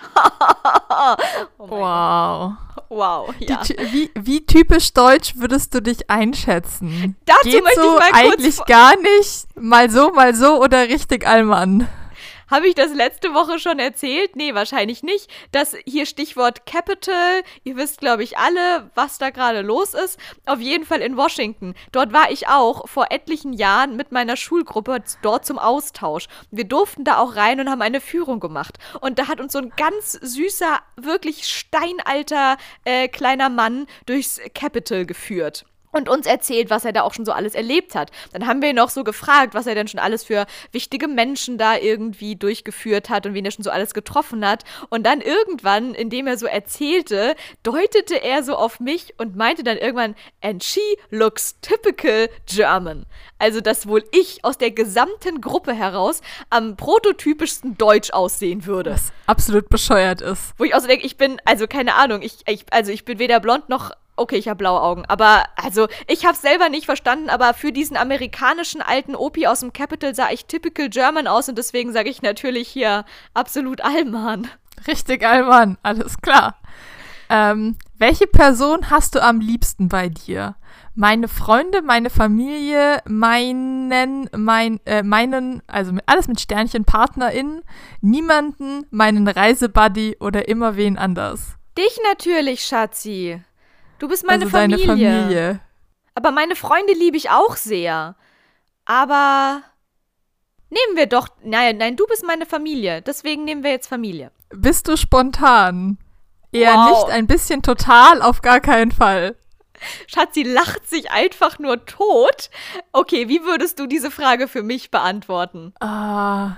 Oh wow. Wow, ja. Die, wie, wie typisch deutsch würdest du dich einschätzen? Dazu Geht möchte so ich mal kurz eigentlich gar nicht, mal so, mal so oder richtig Allmann? Habe ich das letzte Woche schon erzählt? Nee, wahrscheinlich nicht. Das hier Stichwort Capital. Ihr wisst, glaube ich, alle, was da gerade los ist. Auf jeden Fall in Washington. Dort war ich auch vor etlichen Jahren mit meiner Schulgruppe dort zum Austausch. Wir durften da auch rein und haben eine Führung gemacht. Und da hat uns so ein ganz süßer, wirklich steinalter äh, kleiner Mann durchs Capital geführt. Und uns erzählt, was er da auch schon so alles erlebt hat. Dann haben wir ihn auch so gefragt, was er denn schon alles für wichtige Menschen da irgendwie durchgeführt hat und wen er schon so alles getroffen hat. Und dann irgendwann, indem er so erzählte, deutete er so auf mich und meinte dann irgendwann, and she looks typical German. Also, dass wohl ich aus der gesamten Gruppe heraus am prototypischsten Deutsch aussehen würde. Was absolut bescheuert ist. Wo ich auch so denke, ich bin, also keine Ahnung, ich, ich, also ich bin weder blond noch okay, ich habe blaue Augen, aber also ich habe es selber nicht verstanden, aber für diesen amerikanischen alten Opi aus dem Capital sah ich typical German aus und deswegen sage ich natürlich hier absolut Allmann. Richtig Allmann, alles klar. Ähm, welche Person hast du am liebsten bei dir? Meine Freunde, meine Familie, meinen, mein, äh, meinen, also alles mit Sternchen, PartnerInnen, niemanden, meinen Reisebuddy oder immer wen anders? Dich natürlich, Schatzi. Du bist meine also Familie. Deine Familie. Aber meine Freunde liebe ich auch sehr. Aber nehmen wir doch, nein, nein, du bist meine Familie. Deswegen nehmen wir jetzt Familie. Bist du spontan? Eher Wow. nicht, ein bisschen total, auf gar keinen Fall. Schatzi lacht sich einfach nur tot. Okay, wie würdest du diese Frage für mich beantworten? Ah,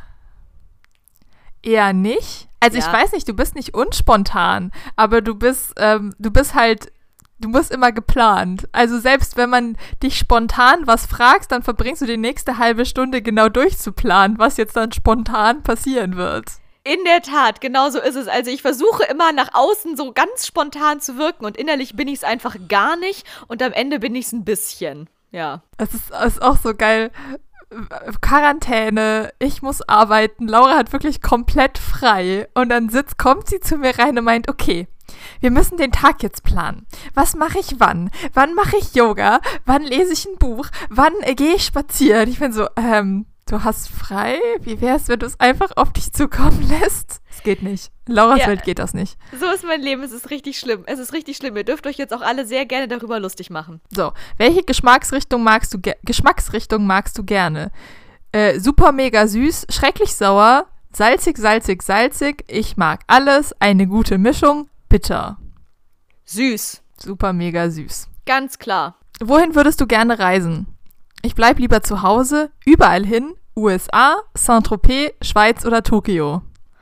eher nicht. Also Ja. ich weiß nicht, du bist nicht unspontan, aber du bist, ähm, du bist halt, du musst immer geplant. Also selbst wenn man dich spontan was fragst, dann verbringst du die nächste halbe Stunde genau durchzuplanen, was jetzt dann spontan passieren wird. In der Tat, genau so ist es. Also ich versuche immer nach außen so ganz spontan zu wirken und innerlich bin ich es einfach gar nicht und am Ende bin ich es ein bisschen. Ja. Es ist, es ist auch so geil. Quarantäne, ich muss arbeiten, Laura hat wirklich komplett frei und dann sitzt, kommt sie zu mir rein und meint, okay, wir müssen den Tag jetzt planen. Was mache ich wann? Wann mache ich Yoga? Wann lese ich ein Buch? Wann äh, gehe ich spazieren? Ich bin so, ähm, du hast frei? Wie wär's, wenn du es einfach auf dich zukommen lässt? Es geht nicht. In Lauras Ja. Welt geht das nicht. So ist mein Leben, es ist richtig schlimm. Es ist richtig schlimm. Ihr dürft euch jetzt auch alle sehr gerne darüber lustig machen. So, welche Geschmacksrichtung magst du, ge- Geschmacksrichtung magst du gerne? Äh, super mega süß, schrecklich sauer, salzig, salzig, salzig, ich mag alles, eine gute Mischung, bitter. Süß. Super mega süß. Ganz klar. Wohin würdest du gerne reisen? Ich bleib lieber zu Hause, überall hin, U S A, Saint-Tropez, Schweiz oder Tokio.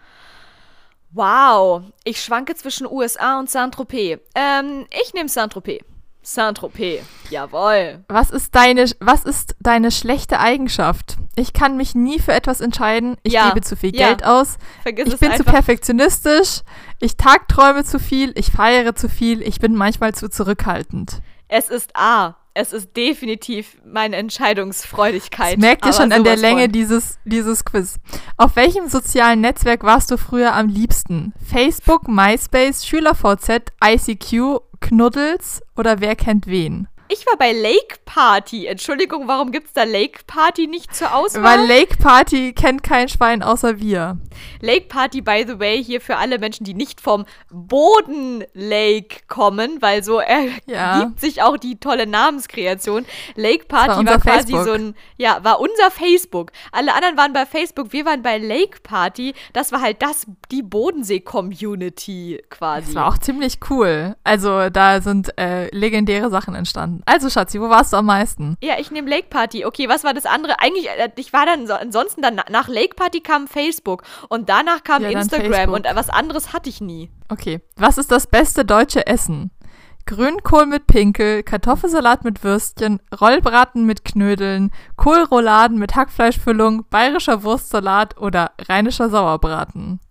Wow. Ich schwanke zwischen U S A und Saint-Tropez. Ähm, ich nehme Saint-Tropez. Saint-Tropez. Jawohl. Was ist deine, was ist deine schlechte Eigenschaft? Ich kann mich nie für etwas entscheiden. Ich Ja, gebe zu viel ja. Geld aus. Vergiss Ich es bin zu einfach. perfektionistisch. Ich tagträume zu viel. Ich feiere zu viel. Ich bin manchmal zu zurückhaltend. Es ist A. Es ist definitiv meine Entscheidungsfreudigkeit. Das merkt ihr aber schon an der sowas Länge von. dieses, dieses Quiz. Auf welchem sozialen Netzwerk warst du früher am liebsten? Facebook, MySpace, SchülerVZ, I C Q, Knuddels oder wer kennt wen? Ich war bei Lake Party. Entschuldigung, warum gibt es da Lake Party nicht zur Auswahl? Weil Lake Party kennt kein Schwein außer wir. Lake Party, by the way, hier für alle Menschen, die nicht vom Boden Lake kommen, weil so ergibt Ja. sich auch die tolle Namenskreation. Lake Party war war, unser quasi Facebook. so ein, ja, war unser Facebook. Alle anderen waren bei Facebook, wir waren bei Lake Party. Das war halt das, die Bodensee-Community quasi. Das war auch ziemlich cool. Also da sind äh, legendäre Sachen entstanden. Also Schatzi, wo warst du am meisten? Ja, ich nehme Lake Party. Okay, was war das andere? Eigentlich, äh, ich war dann so, ansonsten dann na- nach Lake Party kam Facebook und danach kam Ja, dann Instagram Facebook. und äh, was anderes hatte ich nie. Okay. Was ist das beste deutsche Essen? Grünkohl mit Pinkel, Kartoffelsalat mit Würstchen, Rollbraten mit Knödeln, Kohlrouladen mit Hackfleischfüllung, bayerischer Wurstsalat oder rheinischer Sauerbraten.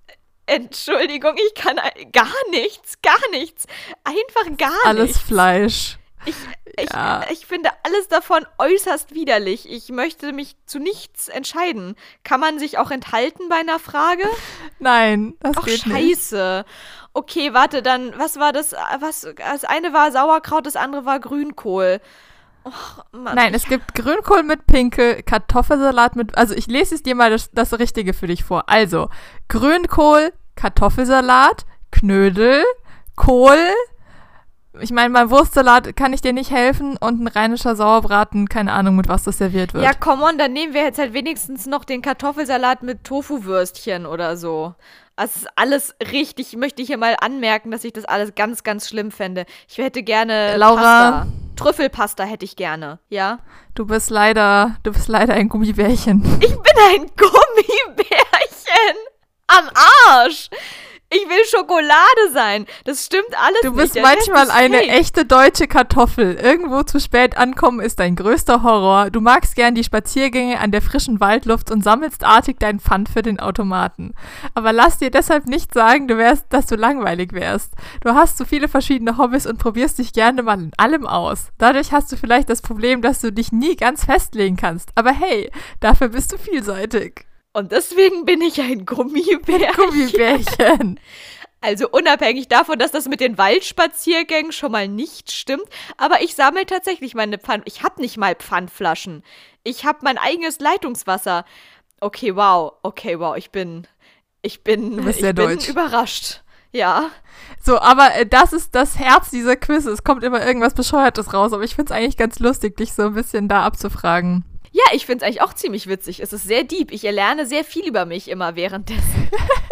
Entschuldigung, ich kann gar nichts, gar nichts. Einfach gar nichts. Alles Fleisch. Ich, ich, ja. ich finde alles davon äußerst widerlich. Ich möchte mich zu nichts entscheiden. Kann man sich auch enthalten bei einer Frage? Nein, das Ach, geht nicht. scheiße. Okay, warte, dann, was war das? Was, das eine war Sauerkraut, das andere war Grünkohl. Och, Mann, Nein, es gibt Grünkohl mit Pinkel, Kartoffelsalat mit, also ich lese es dir mal das, das Richtige für dich vor. Also, Grünkohl, Kartoffelsalat, Knödel, Kohl, ich meine, beim Wurstsalat kann ich dir nicht helfen und ein rheinischer Sauerbraten, keine Ahnung, mit was das serviert wird. Ja, come on, dann nehmen wir jetzt halt wenigstens noch den Kartoffelsalat mit Tofu-Würstchen oder so. Das ist alles richtig. Ich möchte hier mal anmerken, dass ich das alles ganz, ganz schlimm fände. Ich hätte gerne Laura, Pasta. Trüffelpasta hätte ich gerne, ja? Du bist leider, du bist leider ein Gummibärchen. Ich bin ein Gummibärchen! Am Arsch! Ich will Schokolade sein. Das stimmt alles nicht. Du bist Der manchmal Rest ist eine fake. echte deutsche Kartoffel. Irgendwo zu spät ankommen ist dein größter Horror. Du magst gern die Spaziergänge an der frischen Waldluft und sammelst artig deinen Pfand für den Automaten. Aber lass dir deshalb nicht sagen, du wärst, dass du langweilig wärst. Du hast so viele verschiedene Hobbys und probierst dich gerne mal in allem aus. Dadurch hast du vielleicht das Problem, dass du dich nie ganz festlegen kannst. Aber hey, dafür bist du vielseitig. Und deswegen bin ich ein Gummibärchen. Gummibärchen. Also unabhängig davon, dass das mit den Waldspaziergängen schon mal nicht stimmt, aber ich sammle tatsächlich meine Pfand... Ich habe nicht mal Pfandflaschen. Ich habe mein eigenes Leitungswasser. Okay, wow. Okay, wow. Ich bin... Ich bin... Du bist ich sehr bin deutsch. überrascht. Ja. So, aber äh, das ist das Herz dieser Quiz. Es kommt immer irgendwas Bescheuertes raus, aber ich finde es eigentlich ganz lustig, dich so ein bisschen da abzufragen. Ja, ich finde es eigentlich auch ziemlich witzig. Es ist sehr deep. Ich lerne sehr viel über mich immer währenddessen.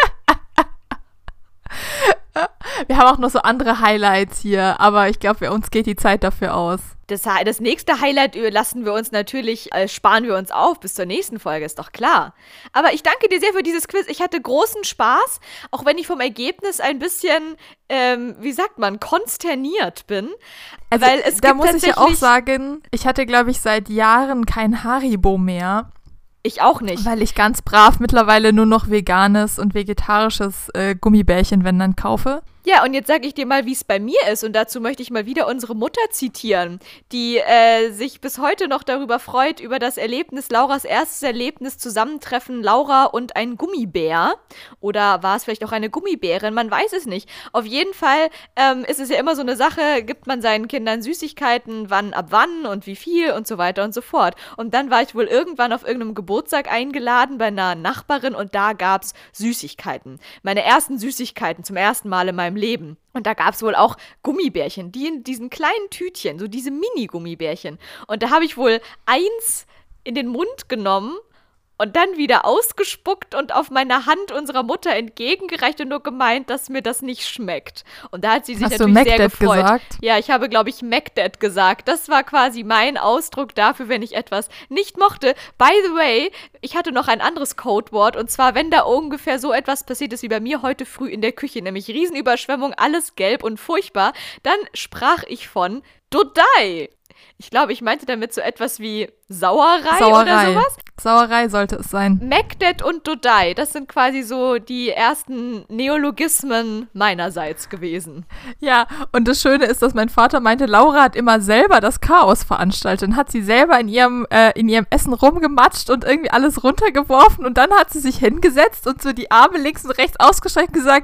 Wir haben auch noch so andere Highlights hier, aber ich glaube, für uns geht die Zeit dafür aus. Das, das nächste Highlight lassen wir uns natürlich, äh, sparen wir uns auf bis zur nächsten Folge, ist doch klar. Aber ich danke dir sehr für dieses Quiz. Ich hatte großen Spaß, auch wenn ich vom Ergebnis ein bisschen, ähm, wie sagt man, konsterniert bin. Also Weil es da gibt muss ich ja auch tatsächlich- sagen, ich hatte, glaube ich, seit Jahren kein Haribo mehr, Ich auch nicht. weil ich ganz brav mittlerweile nur noch veganes und vegetarisches äh, Gummibärchen, wenn dann, kaufe. Ja, und jetzt sage ich dir mal, wie es bei mir ist. Und dazu möchte ich mal wieder unsere Mutter zitieren, die äh, sich bis heute noch darüber freut, über das Erlebnis, Lauras erstes Erlebnis, Zusammentreffen Laura und ein Gummibär. Oder war es vielleicht auch eine Gummibärin? Man weiß es nicht. Auf jeden Fall ähm, ist es ja immer so eine Sache, gibt man seinen Kindern Süßigkeiten, wann, ab wann und wie viel und so weiter und so fort. Und dann war ich wohl irgendwann auf irgendeinem Geburtstag eingeladen bei einer Nachbarin und da gab's Süßigkeiten. Meine ersten Süßigkeiten zum ersten Mal in meinem Leben. Und da gab es wohl auch Gummibärchen, die in diesen kleinen Tütchen, so diese Mini-Gummibärchen. Und da habe ich wohl eins in den Mund genommen und dann wieder ausgespuckt und auf meiner Hand unserer Mutter entgegengereicht und nur gemeint, dass mir das nicht schmeckt. Und da hat sie sich Hast du natürlich sehr Macdad gefreut. gesagt? Ja, ich habe, glaube ich, Macdad gesagt. Das war quasi mein Ausdruck dafür, wenn ich etwas nicht mochte. By the way, ich hatte noch ein anderes Codewort und zwar, wenn da ungefähr so etwas passiert ist wie bei mir heute früh in der Küche, nämlich Riesenüberschwemmung, alles gelb und furchtbar, dann sprach ich von Dodai. Ich glaube, ich meinte damit so etwas wie Sauerei, Sauerei. oder sowas. Sauerei sollte es sein. Macdad und Dodai, das sind quasi so die ersten Neologismen meinerseits gewesen. Ja, und das Schöne ist, dass mein Vater meinte, Laura hat immer selber das Chaos veranstaltet und hat sie selber in ihrem, äh, in ihrem Essen rumgematscht und irgendwie alles runtergeworfen und dann hat sie sich hingesetzt und so die Arme links und rechts ausgestreckt und gesagt,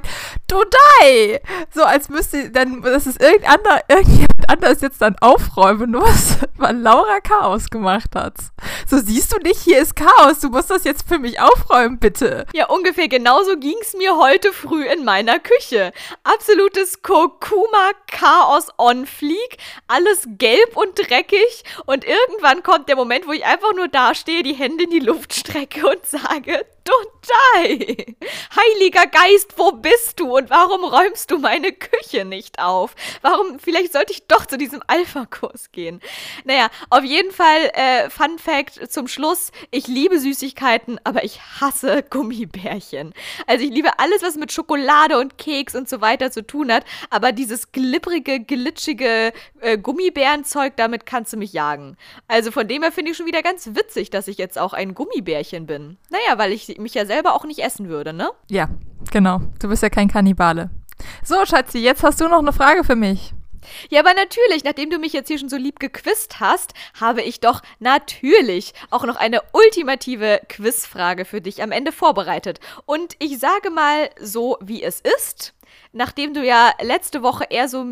Dodai! So als müsste dann, dass es irgendein ander, irgendjemand anders jetzt dann aufräumen muss, weil Laura Chaos gemacht hat. So, siehst du nicht, hier ist Chaos, du musst das jetzt für mich aufräumen, bitte. Ja, ungefähr genauso ging es mir heute früh in meiner Küche. Absolutes Kurkuma-Chaos on fleek, alles gelb und dreckig und irgendwann kommt der Moment, wo ich einfach nur dastehe, die Hände in die Luft strecke und sage, Dodai! Heiliger Geist, wo bist du und warum räumst du meine Küche nicht auf? Warum, vielleicht sollte ich doch zu diesem Alpha-Kurs gehen. Naja, auf jeden Fall, äh, Fun Fact zum Schluss, ich liebe Süßigkeiten, aber ich hasse Gummibärchen. Also ich liebe alles, was mit Schokolade und Keks und so weiter zu tun hat, aber dieses glibbrige, glitschige äh, Gummibärenzeug, damit kannst du mich jagen. Also von dem her finde ich schon wieder ganz witzig, dass ich jetzt auch ein Gummibärchen bin. Naja, weil ich mich ja selber auch nicht essen würde, ne? Ja, genau. Du bist ja kein Kannibale. So, Schatzi, jetzt hast du noch eine Frage für mich. Ja, aber natürlich, nachdem du mich jetzt hier schon so lieb gequizt hast, habe ich doch natürlich auch noch eine ultimative Quizfrage für dich am Ende vorbereitet. Und ich sage mal so, wie es ist. Nachdem du ja letzte Woche eher so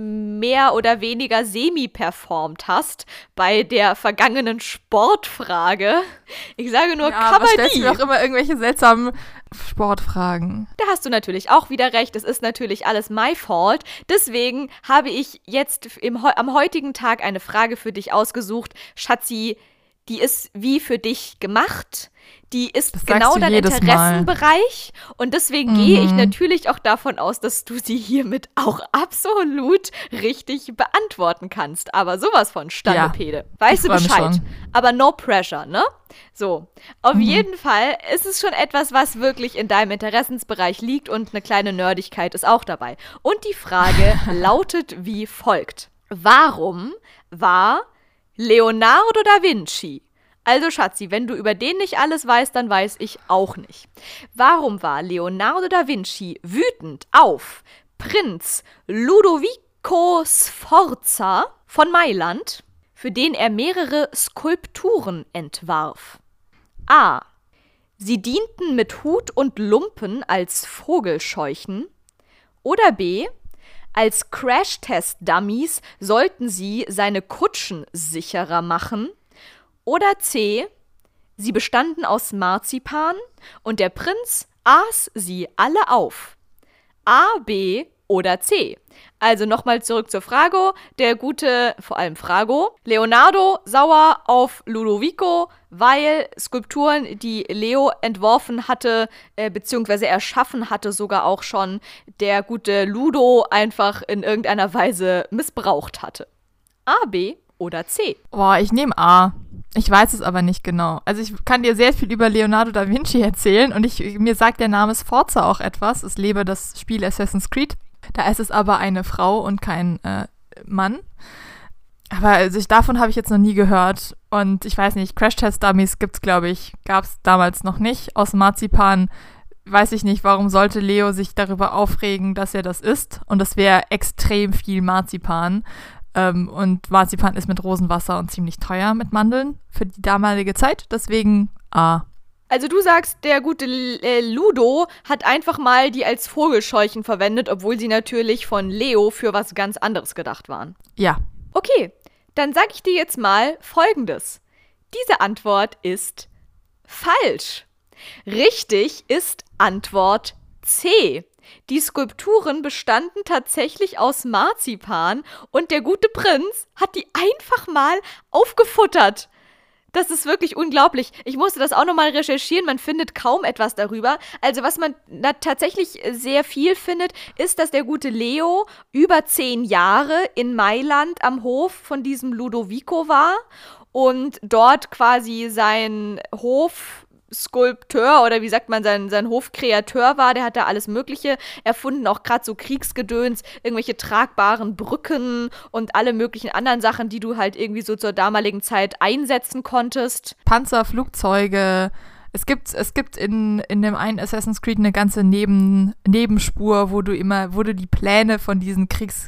mehr oder weniger semi-performt hast bei der vergangenen Sportfrage. Ich sage nur ja, Kabaddi. Aber stellst du mir auch immer irgendwelche seltsamen Sportfragen. Da hast du natürlich auch wieder recht. Es ist natürlich alles my fault. Deswegen habe ich jetzt im, am heutigen Tag eine Frage für dich ausgesucht. Schatzi, die ist wie für dich gemacht. Die ist das genau dein Interessenbereich. Mal. Und deswegen mhm. gehe ich natürlich auch davon aus, dass du sie hiermit auch absolut richtig beantworten kannst. Aber sowas von Standepede. Ja, weißt du Bescheid? Aber no pressure, ne? So, auf mhm. jeden Fall ist es schon etwas, was wirklich in deinem Interessensbereich liegt und eine kleine Nerdigkeit ist auch dabei. Und die Frage lautet wie folgt. Warum war Leonardo da Vinci? Also Schatzi, wenn du über den nicht alles weißt, dann weiß ich auch nicht. Warum war Leonardo da Vinci wütend auf Prinz Ludovico Sforza von Mailand, für den er mehrere Skulpturen entwarf? A. Sie dienten mit Hut und Lumpen als Vogelscheuchen. Oder B. Als Crash-Test-Dummies sollten sie seine Kutschen sicherer machen. Oder C. Sie bestanden aus Marzipan und der Prinz aß sie alle auf. A, B oder C. Also nochmal zurück zur Frago. Der gute, vor allem Frago, Leonardo sauer auf Ludovico, weil Skulpturen, die Leo entworfen hatte, äh, beziehungsweise erschaffen hatte sogar auch schon, der gute Ludo einfach in irgendeiner Weise missbraucht hatte. A, B oder C. Boah, ich nehme A. Ich weiß es aber nicht genau. Also ich kann dir sehr viel über Leonardo da Vinci erzählen und ich, mir sagt der Name Sforza auch etwas. Es lebe das Spiel Assassin's Creed. Da ist es aber eine Frau und kein äh, Mann. Aber also ich, davon habe ich jetzt noch nie gehört. Und ich weiß nicht, Crash-Test-Dummies gibt's, glaube ich, gab es damals noch nicht. Aus Marzipan weiß ich nicht, warum sollte Leo sich darüber aufregen, dass er das isst. Und das wäre extrem viel Marzipan. Ähm, und Marzipan ist mit Rosenwasser und ziemlich teuer mit Mandeln für die damalige Zeit. Deswegen A. Also du sagst, der gute äh, Ludo hat einfach mal die als Vogelscheuchen verwendet, obwohl sie natürlich von Leo für was ganz anderes gedacht waren. Ja. Okay, dann sag ich dir jetzt mal Folgendes. Diese Antwort ist falsch. Richtig ist Antwort C. Die Skulpturen bestanden tatsächlich aus Marzipan und der gute Prinz hat die einfach mal aufgefuttert. Das ist wirklich unglaublich. Ich musste das auch nochmal recherchieren, man findet kaum etwas darüber. Also was man da tatsächlich sehr viel findet, ist, dass der gute Leo über zehn Jahre in Mailand am Hof von diesem Ludovico war und dort quasi sein Hof Skulpteur oder wie sagt man, sein, sein Hofkreateur war, der hat da alles Mögliche erfunden, auch gerade so Kriegsgedöns, irgendwelche tragbaren Brücken und alle möglichen anderen Sachen, die du halt irgendwie so zur damaligen Zeit einsetzen konntest. Panzer, Flugzeuge, es gibt, es gibt in, in dem einen Assassin's Creed eine ganze Neben, Nebenspur, wo du immer, wo du die Pläne von diesen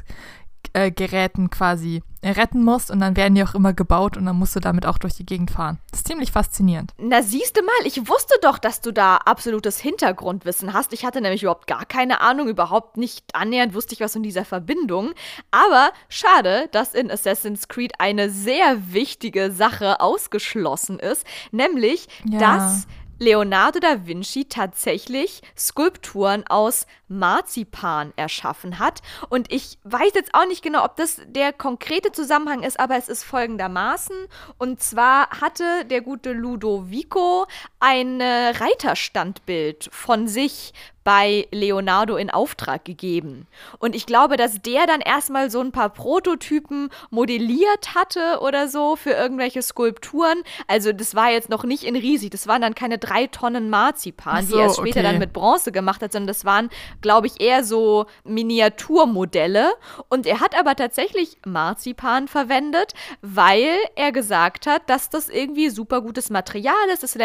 Kriegsgeräten quasi retten musst und dann werden die auch immer gebaut und dann musst du damit auch durch die Gegend fahren. Das ist ziemlich faszinierend. Na siehste mal, ich wusste doch, dass du da absolutes Hintergrundwissen hast. Ich hatte nämlich überhaupt gar keine Ahnung, überhaupt nicht annähernd wusste ich was von dieser Verbindung. Aber schade, dass in Assassin's Creed eine sehr wichtige Sache ausgeschlossen ist, nämlich, ja. dass Leonardo da Vinci tatsächlich Skulpturen aus Marzipan erschaffen hat. Und ich weiß jetzt auch nicht genau, ob das der konkrete Zusammenhang ist, aber es ist folgendermaßen. Und zwar hatte der gute Ludovico ein Reiterstandbild von sich bei Leonardo in Auftrag gegeben. Und ich glaube, dass der dann erstmal so ein paar Prototypen modelliert hatte oder so für irgendwelche Skulpturen. Also das war jetzt noch nicht in riesig, das waren dann keine drei Tonnen Marzipan, so, die er es später okay. dann mit Bronze gemacht hat, sondern das waren, glaube ich, eher so Miniaturmodelle. Und er hat aber tatsächlich Marzipan verwendet, weil er gesagt hat, dass das irgendwie super gutes Material ist, es lässt sich sehr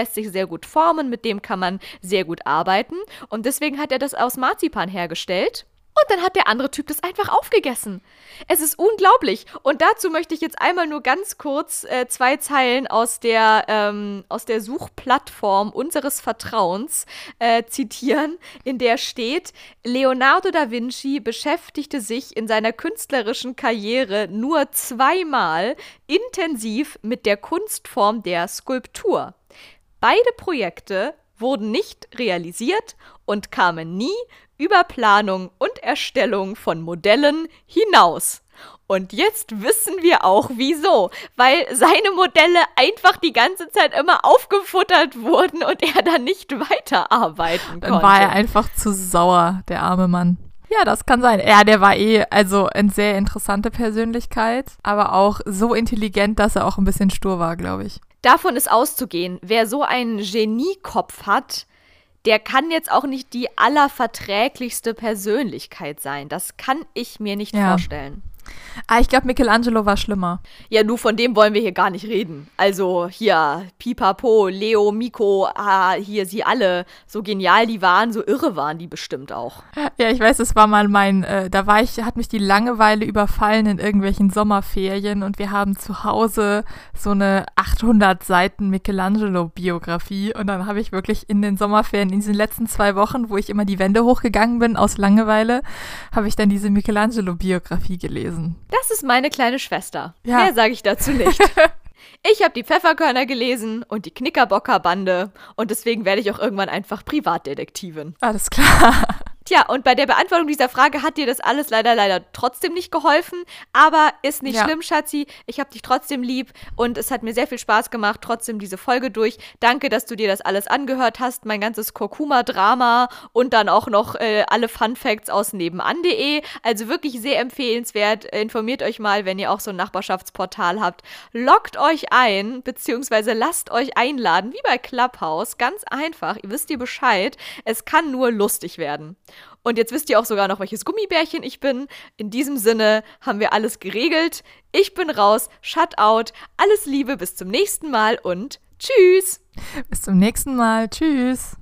gut formen, mit dem kann man sehr gut arbeiten. Und deswegen hat er das aus Marzipan hergestellt. Und dann hat der andere Typ das einfach aufgegessen. Es ist unglaublich. Und dazu möchte ich jetzt einmal nur ganz kurz äh, zwei Zeilen aus der, ähm, aus der Suchplattform unseres Vertrauens äh, zitieren, in der steht: Leonardo da Vinci beschäftigte sich in seiner künstlerischen Karriere nur zweimal intensiv mit der Kunstform der Skulptur. Beide Projekte wurden nicht realisiert und kamen nie über Planung und Erstellung von Modellen hinaus. Und jetzt wissen wir auch, wieso. Weil seine Modelle einfach die ganze Zeit immer aufgefuttert wurden und er dann nicht weiterarbeiten konnte. Dann war er einfach zu sauer, der arme Mann. Ja, das kann sein. Ja, der war eh also eine sehr interessante Persönlichkeit, aber auch so intelligent, dass er auch ein bisschen stur war, glaube ich. Davon ist auszugehen, wer so einen Geniekopf hat, der kann jetzt auch nicht die allerverträglichste Persönlichkeit sein. Das kann ich mir nicht ja. vorstellen. Ah, ich glaube, Michelangelo war schlimmer. Ja, du, von dem wollen wir hier gar nicht reden. Also hier, Pipapo, Leo, Miko, ah, hier sie alle. So genial die waren, so irre waren die bestimmt auch. Ja, ich weiß, es war mal mein, äh, da war ich, hat mich die Langeweile überfallen in irgendwelchen Sommerferien und wir haben zu Hause so eine achthundert Seiten Michelangelo-Biografie und dann habe ich wirklich in den Sommerferien, in diesen letzten zwei Wochen, wo ich immer die Wände hochgegangen bin aus Langeweile, habe ich dann diese Michelangelo-Biografie gelesen. Das ist meine kleine Schwester. Ja. Mehr sage ich dazu nicht. Ich habe die Pfefferkörner gelesen und die Knickerbocker-Bande und deswegen werde ich auch irgendwann einfach Privatdetektivin. Alles klar. Tja, und bei der Beantwortung dieser Frage hat dir das alles leider, leider trotzdem nicht geholfen, aber ist nicht ja. schlimm, Schatzi. Ich habe dich trotzdem lieb und es hat mir sehr viel Spaß gemacht, trotzdem diese Folge durch. Danke, dass du dir das alles angehört hast, mein ganzes Kurkuma-Drama und dann auch noch äh, alle Fun-Facts aus nebenan punkt de. Also wirklich sehr empfehlenswert. Informiert euch mal, wenn ihr auch so ein Nachbarschaftsportal habt. Loggt euch ein, beziehungsweise lasst euch einladen, wie bei Clubhouse. Ganz einfach, ihr wisst ihr Bescheid. Es kann nur lustig werden. Und jetzt wisst ihr auch sogar noch, welches Gummibärchen ich bin. In diesem Sinne haben wir alles geregelt. Ich bin raus, shut out. Alles Liebe, bis zum nächsten Mal und tschüss. Bis zum nächsten Mal. Tschüss.